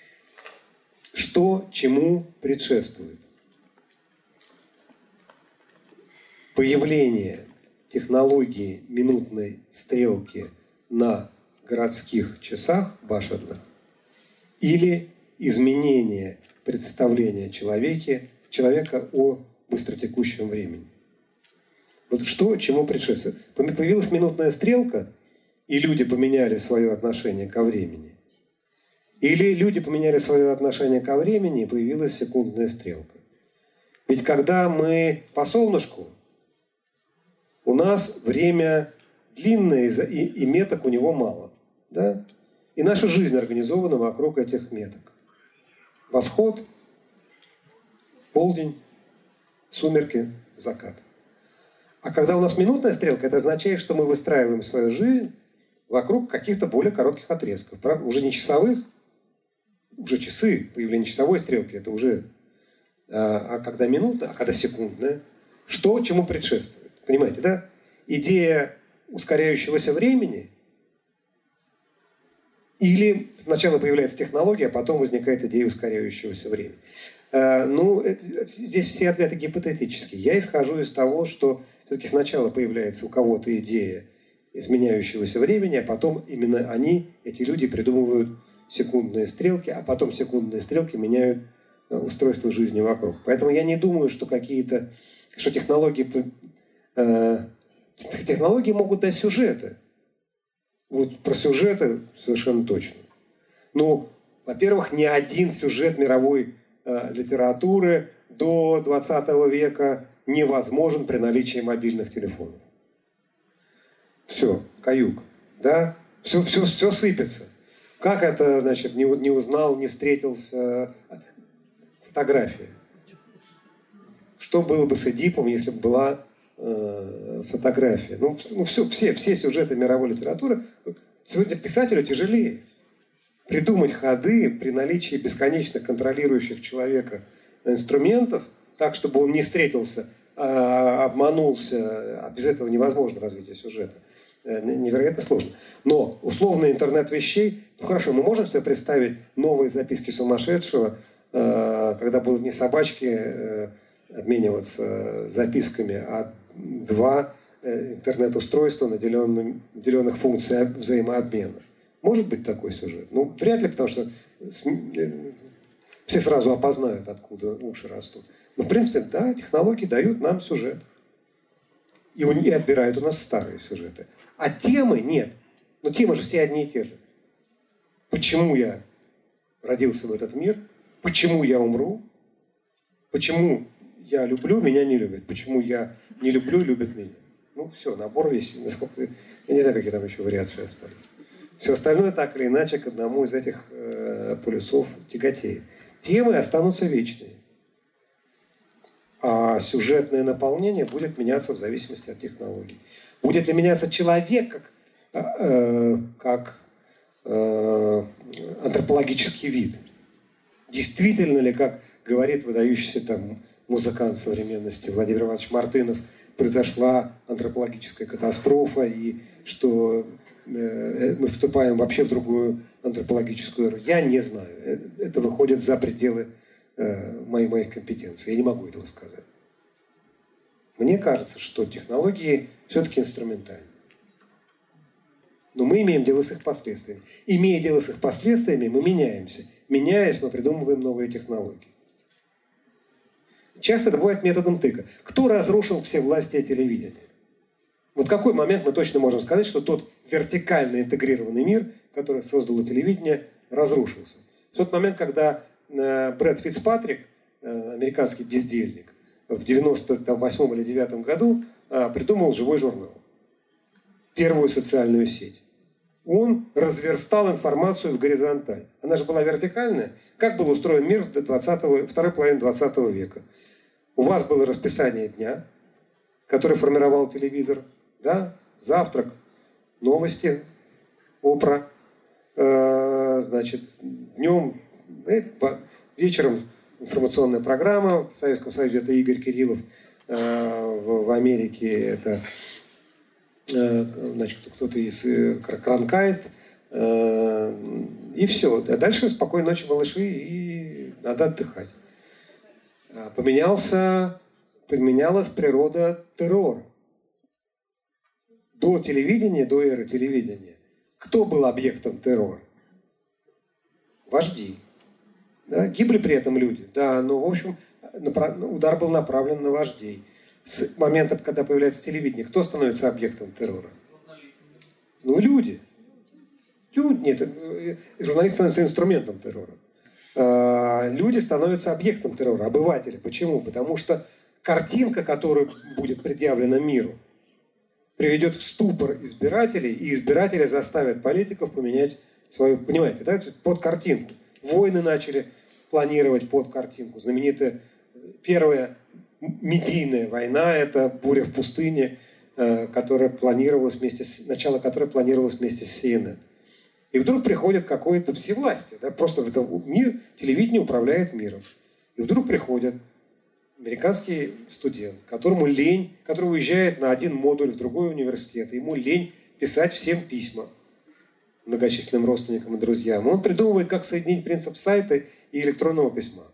Что чему предшествует? Появление технологии минутной стрелки на городских часах башенных или изменение представления человеке, человека о быстротекущем времени. Вот что чему предшествует. Появилась минутная стрелка, и люди поменяли свое отношение ко времени. Или люди поменяли свое отношение ко времени, и появилась секундная стрелка. Ведь когда мы по солнышку, у нас время длинное, и, и меток у него мало. Да? И наша жизнь организована вокруг этих меток. Восход, полдень, сумерки, закат. А когда у нас минутная стрелка, это означает, что мы выстраиваем свою жизнь вокруг каких-то более коротких отрезков. Правда? Уже не часовых, уже часы, появление часовой стрелки, это уже... А, а когда минутная, а когда секундная, что чему предшествует? Понимаете, да? Идея ускоряющегося времени или сначала появляется технология, а потом возникает идея ускоряющегося времени. А, ну, это, здесь все ответы гипотетические. Я исхожу из того, что все-таки сначала появляется у кого-то идея изменяющегося времени, а потом именно они, эти люди, придумывают секундные стрелки, а потом секундные стрелки меняют устройство жизни вокруг. Поэтому я не думаю, что какие-то, что технологии, э, технологии могут дать сюжеты. Вот про сюжеты совершенно точно. Ну, во-первых, ни один сюжет мировой э, литературы до двадцатого века невозможен при наличии мобильных телефонов. Все, каюк, да? Все, все, все сыпется. Как это, значит, не, не узнал, не встретился? Фотография. Что было бы с Эдипом, если бы была э, фотография? Ну, ну все, все, все сюжеты мировой литературы. Сегодня писателю тяжелее придумать ходы при наличии бесконечно контролирующих человека инструментов, так, чтобы он не встретился, а обманулся. А без этого невозможно развитие сюжета. Невероятно сложно. Но условный интернет вещей, ну хорошо, мы можем себе представить новые записки сумасшедшего, когда будут не собачки обмениваться записками, а два интернет-устройства, наделенных функцией взаимообмена. Может быть такой сюжет? Ну, вряд ли, потому что все сразу опознают, откуда уши растут. Но, в принципе, да, технологии дают нам сюжет. И, и отбирают у нас старые сюжеты. А темы нет. Но темы же все одни и те же. Почему я родился в этот мир? Почему я умру? Почему я люблю, меня не любят? Почему я не люблю, любят меня? Ну, все, набор весь. Насколько... Я не знаю, какие там еще вариации остались. Все остальное так или иначе к одному из этих э, полюсов тяготеет. Темы останутся вечными. А сюжетное наполнение будет меняться в зависимости от технологий. Будет ли меняться человек как, э, как э, антропологический вид? Действительно ли, как говорит выдающийся там музыкант современности Владимир Иванович Мартынов, произошла антропологическая катастрофа, и что э, мы вступаем вообще в другую антропологическую эру? Я не знаю. Это выходит за пределы моих, моих компетенций. Я не могу этого сказать. Мне кажется, что технологии все-таки инструментальны. Но мы имеем дело с их последствиями. Имея дело с их последствиями, мы меняемся. Меняясь, мы придумываем новые технологии. Часто это бывает методом тыка. Кто разрушил все власти телевидения? Вот в какой момент мы точно можем сказать, что тот вертикально интегрированный мир, который создало телевидение, разрушился? В тот момент, когда Брэд Фицпатрик, американский бездельник, в девяносто восьмом или девятом году придумал живой журнал. Первую социальную сеть. Он разверстал информацию в горизонталь. Она же была вертикальная. Как был устроен мир в двадцатого, второй половине двадцатого века? У вас было расписание дня, которое формировал телевизор. Да? Завтрак, новости, Опра. Э, значит, днем, вечером информационная программа. В Советском Союзе это Игорь Кириллов. Э, в, в Америке это э, значит, кто-то из э, Кранкайт. Э, и все. А дальше спокойной ночи, малыши, и надо отдыхать. Поменялся, поменялась природа террора. до телевидения, до эры телевидения, кто был объектом террора? Вожди. Да? Гибли при этом люди. Да, но, в общем, удар был направлен на вождей. С момента, когда появляется телевидение, кто становится объектом террора? Ну, люди. Люди, нет, журналист становится инструментом террора. Люди становятся объектом террора, обыватели. Почему? Потому что картинка, которая будет предъявлена миру, приведет в ступор избирателей, и избиратели заставят политиков поменять свою... Понимаете, да? Под картинку. Войны начали планировать под картинку. Знаменитая первая медийная война – это «Буря в пустыне», которая планировалась вместе с... начало которой планировалось вместе с Си Эн Эн. И вдруг приходит какое-то всевластие. Да? Просто это мир, телевидение управляет миром. И вдруг приходит американский студент, которому лень, который уезжает на один модуль в другой университет, и ему лень писать всем письма многочисленным родственникам и друзьям. Он придумывает, как соединить принцип сайта и электронного письма.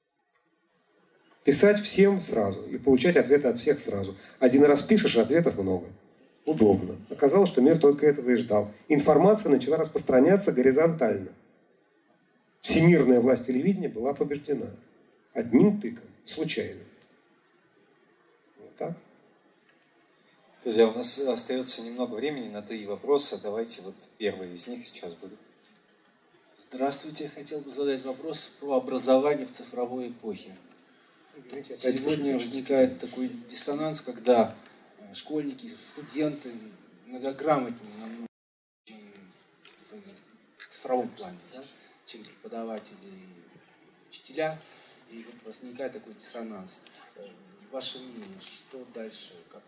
Писать всем сразу и получать ответы от всех сразу. Один раз пишешь, ответов много. Удобно. Оказалось, что мир только этого и ждал. Информация начала распространяться горизонтально. Всемирная власть телевидения была побеждена. Одним тыком. Случайно. Вот так. Друзья, у нас остается немного времени на три вопроса. Давайте вот первый из них сейчас будет. Здравствуйте. Я хотел бы задать вопрос про образование в цифровой эпохе. Сегодня возникает такой диссонанс, когда школьники, студенты многограмотнее намного, чем в цифровом плане, да, чем преподаватели и учителя. И вот возникает такой диссонанс. Ваше мнение, что дальше? Как...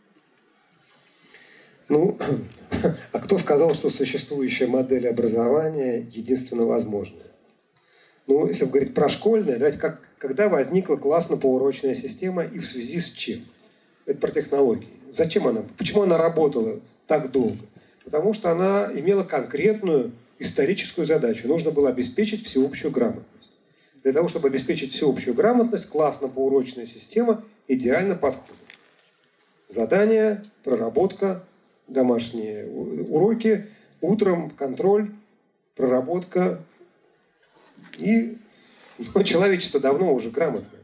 Ну, а кто сказал, что существующая модель образования единственно возможная? Ну, если говорить про школьное, давайте, как, когда возникла классно-поурочная система и в связи с чем? Это про технологии. Зачем она? Почему она работала так долго? Потому что она имела конкретную историческую задачу. Нужно было обеспечить всеобщую грамотность. Для того, чтобы обеспечить всеобщую грамотность, классно-поурочная система идеально подходит. Задания, проработка, домашние уроки, утром контроль, проработка. И ну, человечество давно уже грамотное.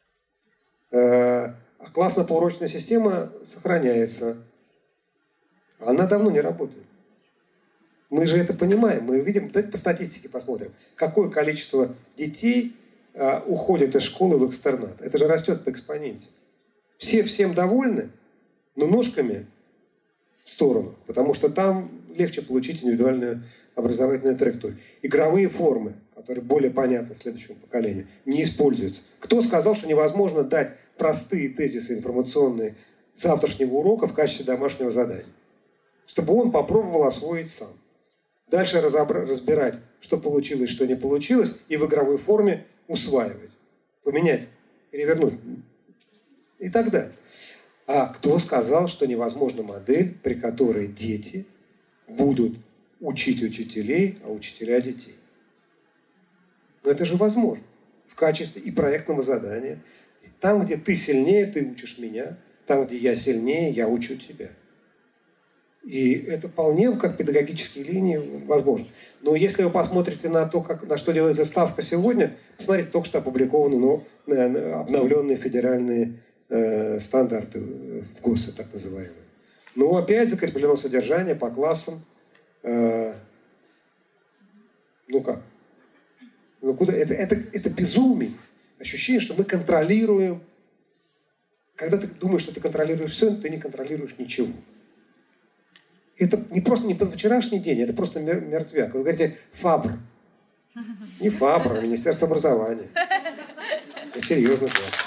А классно-поурочная система сохраняется. Она давно не работает. Мы же это понимаем. Мы видим, давайте по статистике посмотрим, какое количество детей а, уходит из школы в экстернат. Это же растет по экспоненте. Все всем довольны, но ножками в сторону, потому что там легче получить индивидуальную образовательную траекторию. Игровые формы, которые более понятны следующему поколению, не используются. Кто сказал, что невозможно дать простые тезисы информационные завтрашнего урока в качестве домашнего задания? Чтобы он попробовал освоить сам. Дальше разобра- разбирать, что получилось, что не получилось, и в игровой форме усваивать. Поменять, перевернуть и так далее. А кто сказал, что невозможна модель, при которой дети будут учить учителей, а учителя детей? Но это же возможно. В качестве и проектного задания. Там, где ты сильнее, ты учишь меня. Там, где я сильнее, я учу тебя. И это вполне как педагогические линии возможно. Но если вы посмотрите на то, как, на что делается ставка сегодня, посмотрите, только что опубликованы ну, обновленные федеральные э, стандарты в ГОСе, так называемые. Но опять закреплено содержание по классам. Э, ну как? Ну куда? Это, это, это безумие. Ощущение, что мы контролируем. Когда ты думаешь, что ты контролируешь все, ты не контролируешь ничего. Это не просто не позавчерашний день, это просто мертвяк. Вы говорите Фабр. Не Фабр, а Министерство образования. Это серьезно.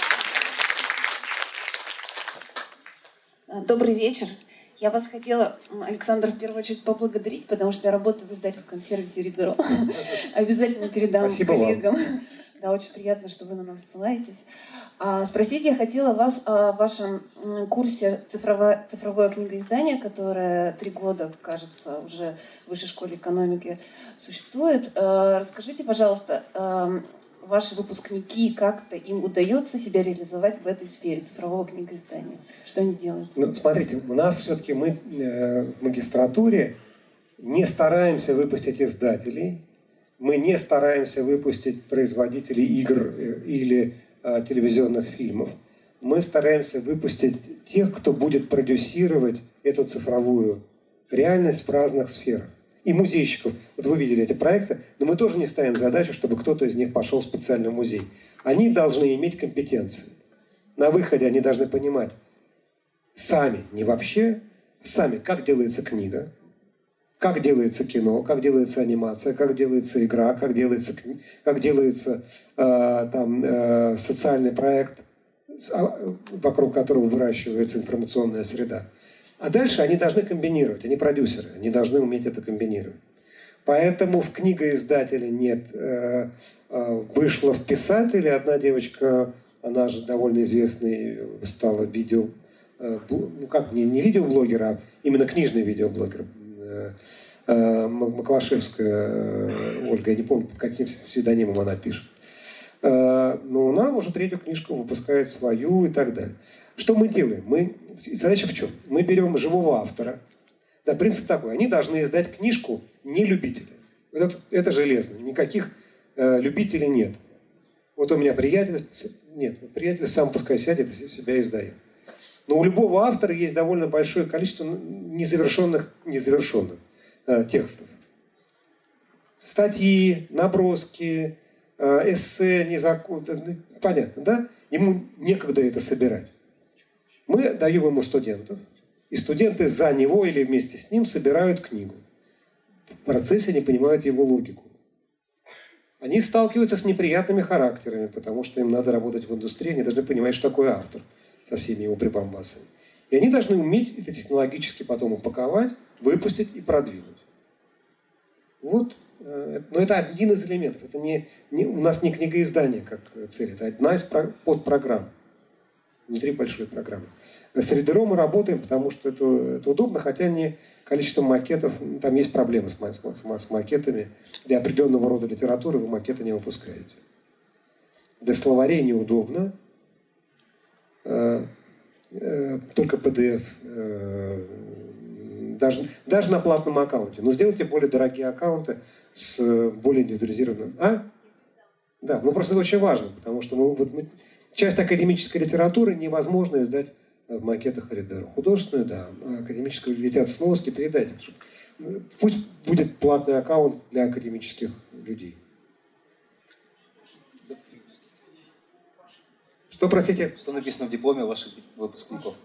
Добрый вечер. Я вас хотела, Александр, в первую очередь поблагодарить, потому что я работаю в издательском сервисе Ридеро. Обязательно передам Спасибо коллегам. Вам. Да, очень приятно, что вы на нас ссылаетесь. А, спросить я хотела вас о вашем курсе цифровое, цифровое книгоиздание, которое три года, кажется, уже в Высшей школе экономики существует. А, расскажите, пожалуйста, а, ваши выпускники, как-то им удается себя реализовать в этой сфере цифрового книгоиздания? Что они делают? Ну, смотрите, у нас все-таки мы э, в магистратуре не стараемся выпустить издателей, мы не стараемся выпустить производителей игр или э, телевизионных фильмов. Мы стараемся выпустить тех, кто будет продюсировать эту цифровую реальность в разных сферах. И музейщиков. Вот вы видели эти проекты, но мы тоже не ставим задачу, чтобы кто-то из них пошел в специальный музей. Они должны иметь компетенции. На выходе они должны понимать сами, не вообще, сами, как делается книга, как делается кино, как делается анимация, как делается игра, как делается, как делается э, там, э, социальный проект, вокруг которого выращивается информационная среда. А дальше они должны комбинировать, они продюсеры, они должны уметь это комбинировать. Поэтому в книгоиздателе нет. Э, э, вышла в писатели одна девочка, она же довольно известный, стала видео, э, ну как, не, не видеоблогер, а именно книжный видеоблогер. Э, э, Маклашевская э, Ольга, я не помню, под каким псевдонимом она пишет. Э, но она уже третью книжку выпускает свою и так далее. Что мы делаем? Мы, задача в чем? Мы берем живого автора. Да, принцип такой. Они должны издать книжку не любителя. Это, это железно. Никаких э, любителей нет. Вот у меня приятель... Нет, приятель сам пускай сядет и себя издает. Но у любого автора есть довольно большое количество незавершенных, незавершенных э, текстов. Статьи, наброски, э, эссе, незакон... Понятно, да? Ему некогда это собирать. Мы даем ему студентов, и студенты за него или вместе с ним собирают книгу. В процессе они понимают его логику. Они сталкиваются с неприятными характерами, потому что им надо работать в индустрии, они должны понимать, что такое автор со всеми его прибамбасами. И они должны уметь это технологически потом упаковать, выпустить и продвинуть. Вот. Но это один из элементов. Это не, не, у нас не книгоиздание как цель, это одна из подпрограмм. Внутри большой программы. С Ридером мы работаем, потому что это, это удобно, хотя не количество макетов, там есть проблемы с, с, с макетами. Для определенного рода литературы вы макеты не выпускаете. Для словарей неудобно. Э, э, только пи ди эф. Э, даже, даже на платном аккаунте. Но сделайте более дорогие аккаунты с более индивидуализированным. А? Да, ну просто это очень важно, потому что мы, вот мы часть академической литературы невозможно издать в макетах Ридера. Художественную, да, академическую летят сноски, передайте. Пусть будет платный аккаунт для академических людей. Что, простите? Что написано в дипломе ваших выпускников?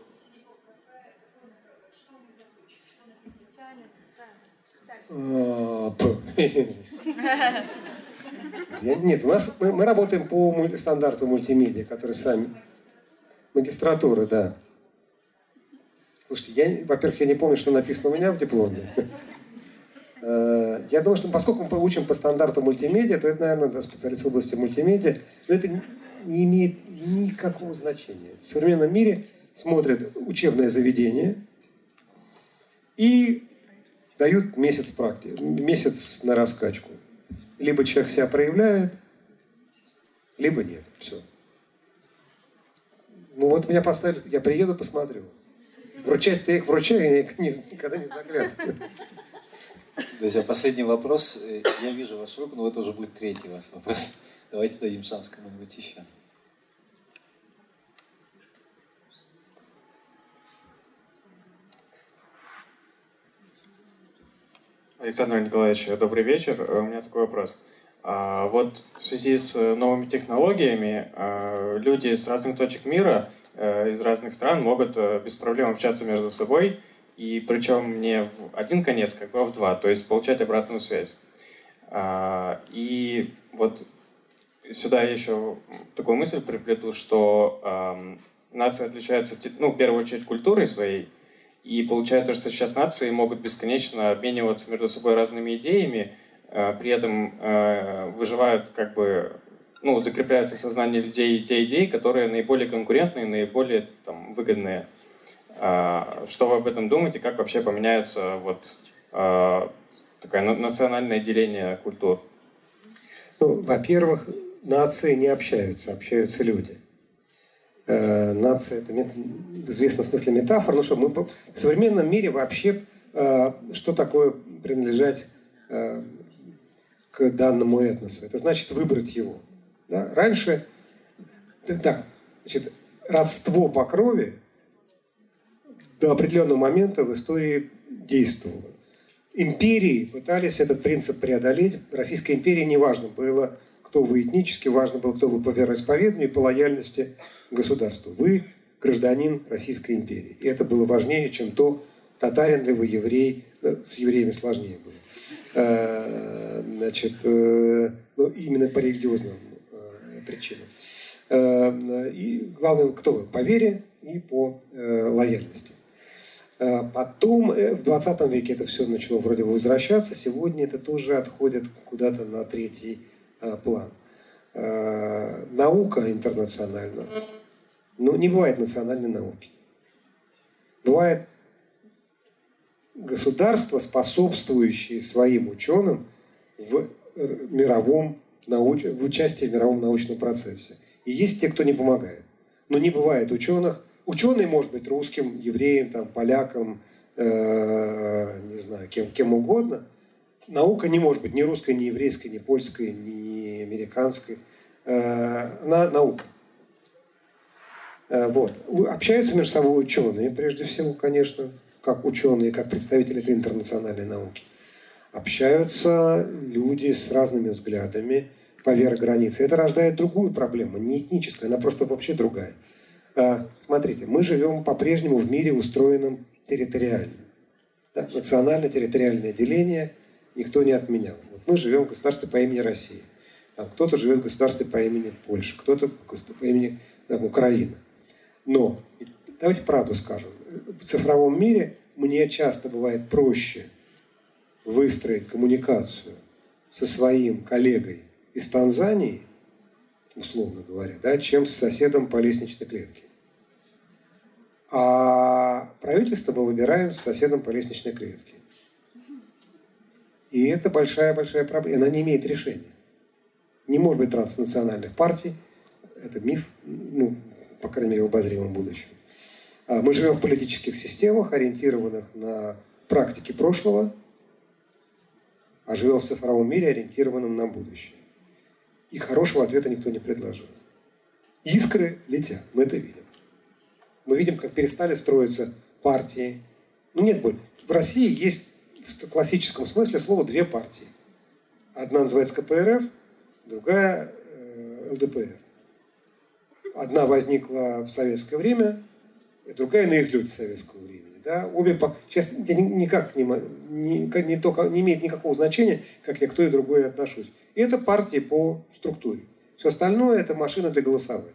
Нет, у нас мы, мы работаем по мульти, стандарту мультимедиа, который сами... Магистратура, да. Слушайте, я, во-первых, я не помню, что написано у меня в дипломе. Я думаю, что поскольку мы учим по стандарту мультимедиа, то это, наверное, да, специалист в области мультимедиа, но это не имеет никакого значения. В современном мире смотрят учебное заведение и дают месяц практики, месяц на раскачку. Либо человек себя проявляет, либо нет. Все. Ну вот меня поставили, я приеду, посмотрю. Вручать-то их вручаю, я никогда не заглядываю. Друзья, последний вопрос. Я вижу вашу руку, но это уже будет третий ваш вопрос. Давайте дадим шанс кому-нибудь еще. Александр Николаевич, добрый вечер. У меня такой вопрос. Вот в связи с новыми технологиями люди с разных точек мира, из разных стран могут без проблем общаться между собой, и причем не в один конец, как бы, а в два, то есть получать обратную связь. И вот сюда я еще такую мысль приплету, что нация отличается, ну, в первую очередь, культурой своей, и получается, что сейчас нации могут бесконечно обмениваться между собой разными идеями, при этом выживают, как бы, ну, закрепляются в сознании людей те идеи, которые наиболее конкурентные, наиболее там, выгодные. Что вы об этом думаете? Как вообще поменяется вот такое национальное деление культур? Ну, во-первых, нации не общаются, общаются люди. Э, нация – это в известном смысле метафора. Ну что, мы в современном мире вообще, э, что такое принадлежать э, к данному этносу? Это значит выбрать его. Да? Раньше, да, значит, родство по крови до определенного момента в истории действовало. Империи пытались этот принцип преодолеть. Российской империи не важно было, кто вы этнически, важно было, кто вы по вероисповеданию и по лояльности к государству. Вы гражданин Российской империи. И это было важнее, чем то, татарин ли вы, еврей. С евреями сложнее было. Значит, ну, именно по религиозным причинам. И главное, кто вы? По вере и по лояльности. Потом, в двадцатом веке это все начало вроде бы возвращаться. Сегодня это тоже отходит куда-то на третий план. Наука интернациональна. Но не бывает национальной науки. Бывает государства, способствующие своим ученым в мировом науч... в участии в мировом научном процессе. И есть те, кто не помогает. Но не бывает ученых. Ученый может быть русским, евреем, там, поляком, э, не знаю, кем, кем угодно. Наука не может быть ни русской, ни еврейской, ни польской, ни американской. Э, она наука. Э, вот. Общаются между собой ученые, прежде всего, конечно, как ученые, как представители этой интернациональной науки. Общаются люди с разными взглядами поверх границы. Это рождает другую проблему, не этническую, она просто вообще другая. Смотрите, мы живем по-прежнему в мире, устроенном территориально. Да? Национально-территориальное деление никто не отменял. Вот мы живем в государстве по имени Россия. Там кто-то живет в государстве по имени Польша, кто-то по имени там, Украина. Но, давайте правду скажем, в цифровом мире мне часто бывает проще выстроить коммуникацию со своим коллегой из Танзании, условно говоря, да, чем с соседом по лестничной клетке. А правительство мы выбираем с соседом по лестничной клетке. И это большая-большая проблема. Она не имеет решения. Не может быть транснациональных партий. Это миф, ну, по крайней мере, в обозримом будущем. Мы живем в политических системах, ориентированных на практики прошлого, а живем в цифровом мире, ориентированном на будущее. И хорошего ответа никто не предложил. Искры летят, мы это видим. Мы видим, как перестали строиться партии. Ну нет более. В России есть в классическом смысле слова две партии. Одна называется ка пэ эр эф, другая эл дэ пэ эр. Одна возникла в советское время, другая на излете советского времени. Да? Обе сейчас никак не, не, не, только, не имеет никакого значения, как я к той и другой отношусь. И это партии по структуре. Все остальное это машина для голосования.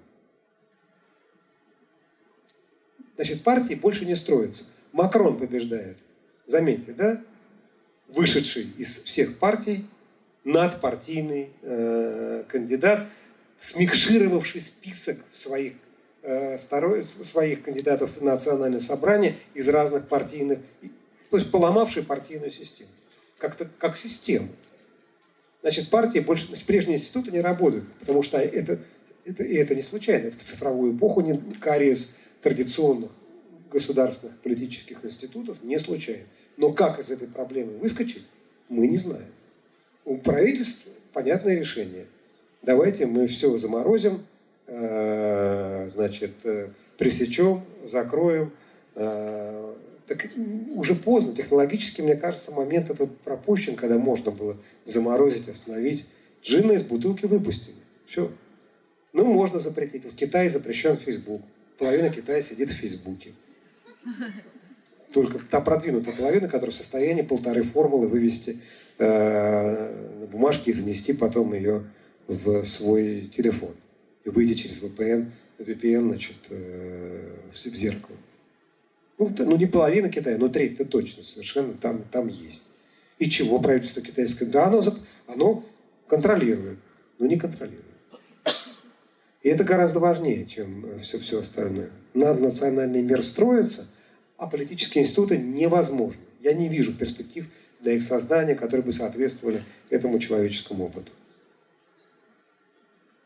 Значит, партии больше не строятся. Макрон побеждает. Заметьте, да? Вышедший из всех партий, надпартийный э, кандидат, смикшировавший список в своих, э, старой, своих кандидатов в национальное собрание из разных партийных, то есть поломавший партийную систему. Как-то, как систему. Значит, партии больше, значит, прежние институты не работают, потому что это, это, и это не случайно. Это в цифровую эпоху не, кариес традиционных государственных политических институтов не случайно. Но как из этой проблемы выскочить, мы не знаем. У правительства понятное решение. Давайте мы все заморозим, э, значит, э, пресечем, закроем. Э, так уже поздно. Технологически, мне кажется, момент этот пропущен, когда можно было заморозить, остановить. Джинна из бутылки выпустили. Все. Ну, можно запретить. В Китае запрещен Фейсбук. Половина Китая сидит в Фейсбуке. Только та продвинутая половина, которая в состоянии полторы формулы вывести э, на бумажке и занести потом ее в свой телефон. И выйти через ви пи эн, ви пи эн значит, э, в зеркало. Ну, ну, не половина Китая, но треть-то точно совершенно там, там есть. И чего правительство китайское? Да, оно, оно контролирует, но не контролирует. И это гораздо важнее, чем все, все остальное. Наднациональный мир строится, а политические институты невозможны. Я не вижу перспектив для их создания, которые бы соответствовали этому человеческому опыту.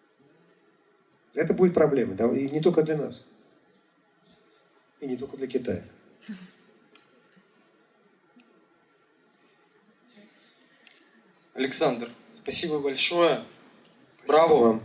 Это будет проблема, да, и не только для нас, и не только для Китая. Александр, спасибо большое. Спасибо Браво. вам.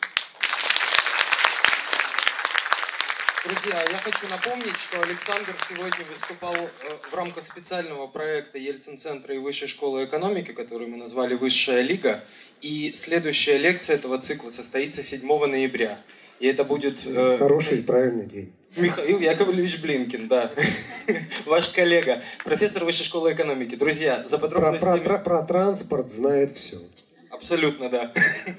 Друзья, я хочу напомнить, что Александр сегодня выступал в рамках специального проекта Ельцин-центра и Высшей школы экономики, который мы назвали «Высшая лига». И следующая лекция этого цикла состоится седьмого ноября. И это будет... Э, Хороший и правильный день. Михаил Яковлевич Блинкин, да. Ваш коллега, профессор Высшей школы экономики. Друзья, за подробностями... Про, про, про транспорт знает все. Абсолютно, да.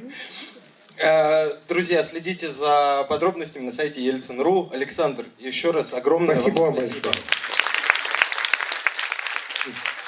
Друзья, следите за подробностями на сайте ельцин точка ру. Александр, еще раз огромное спасибо вам спасибо. большое.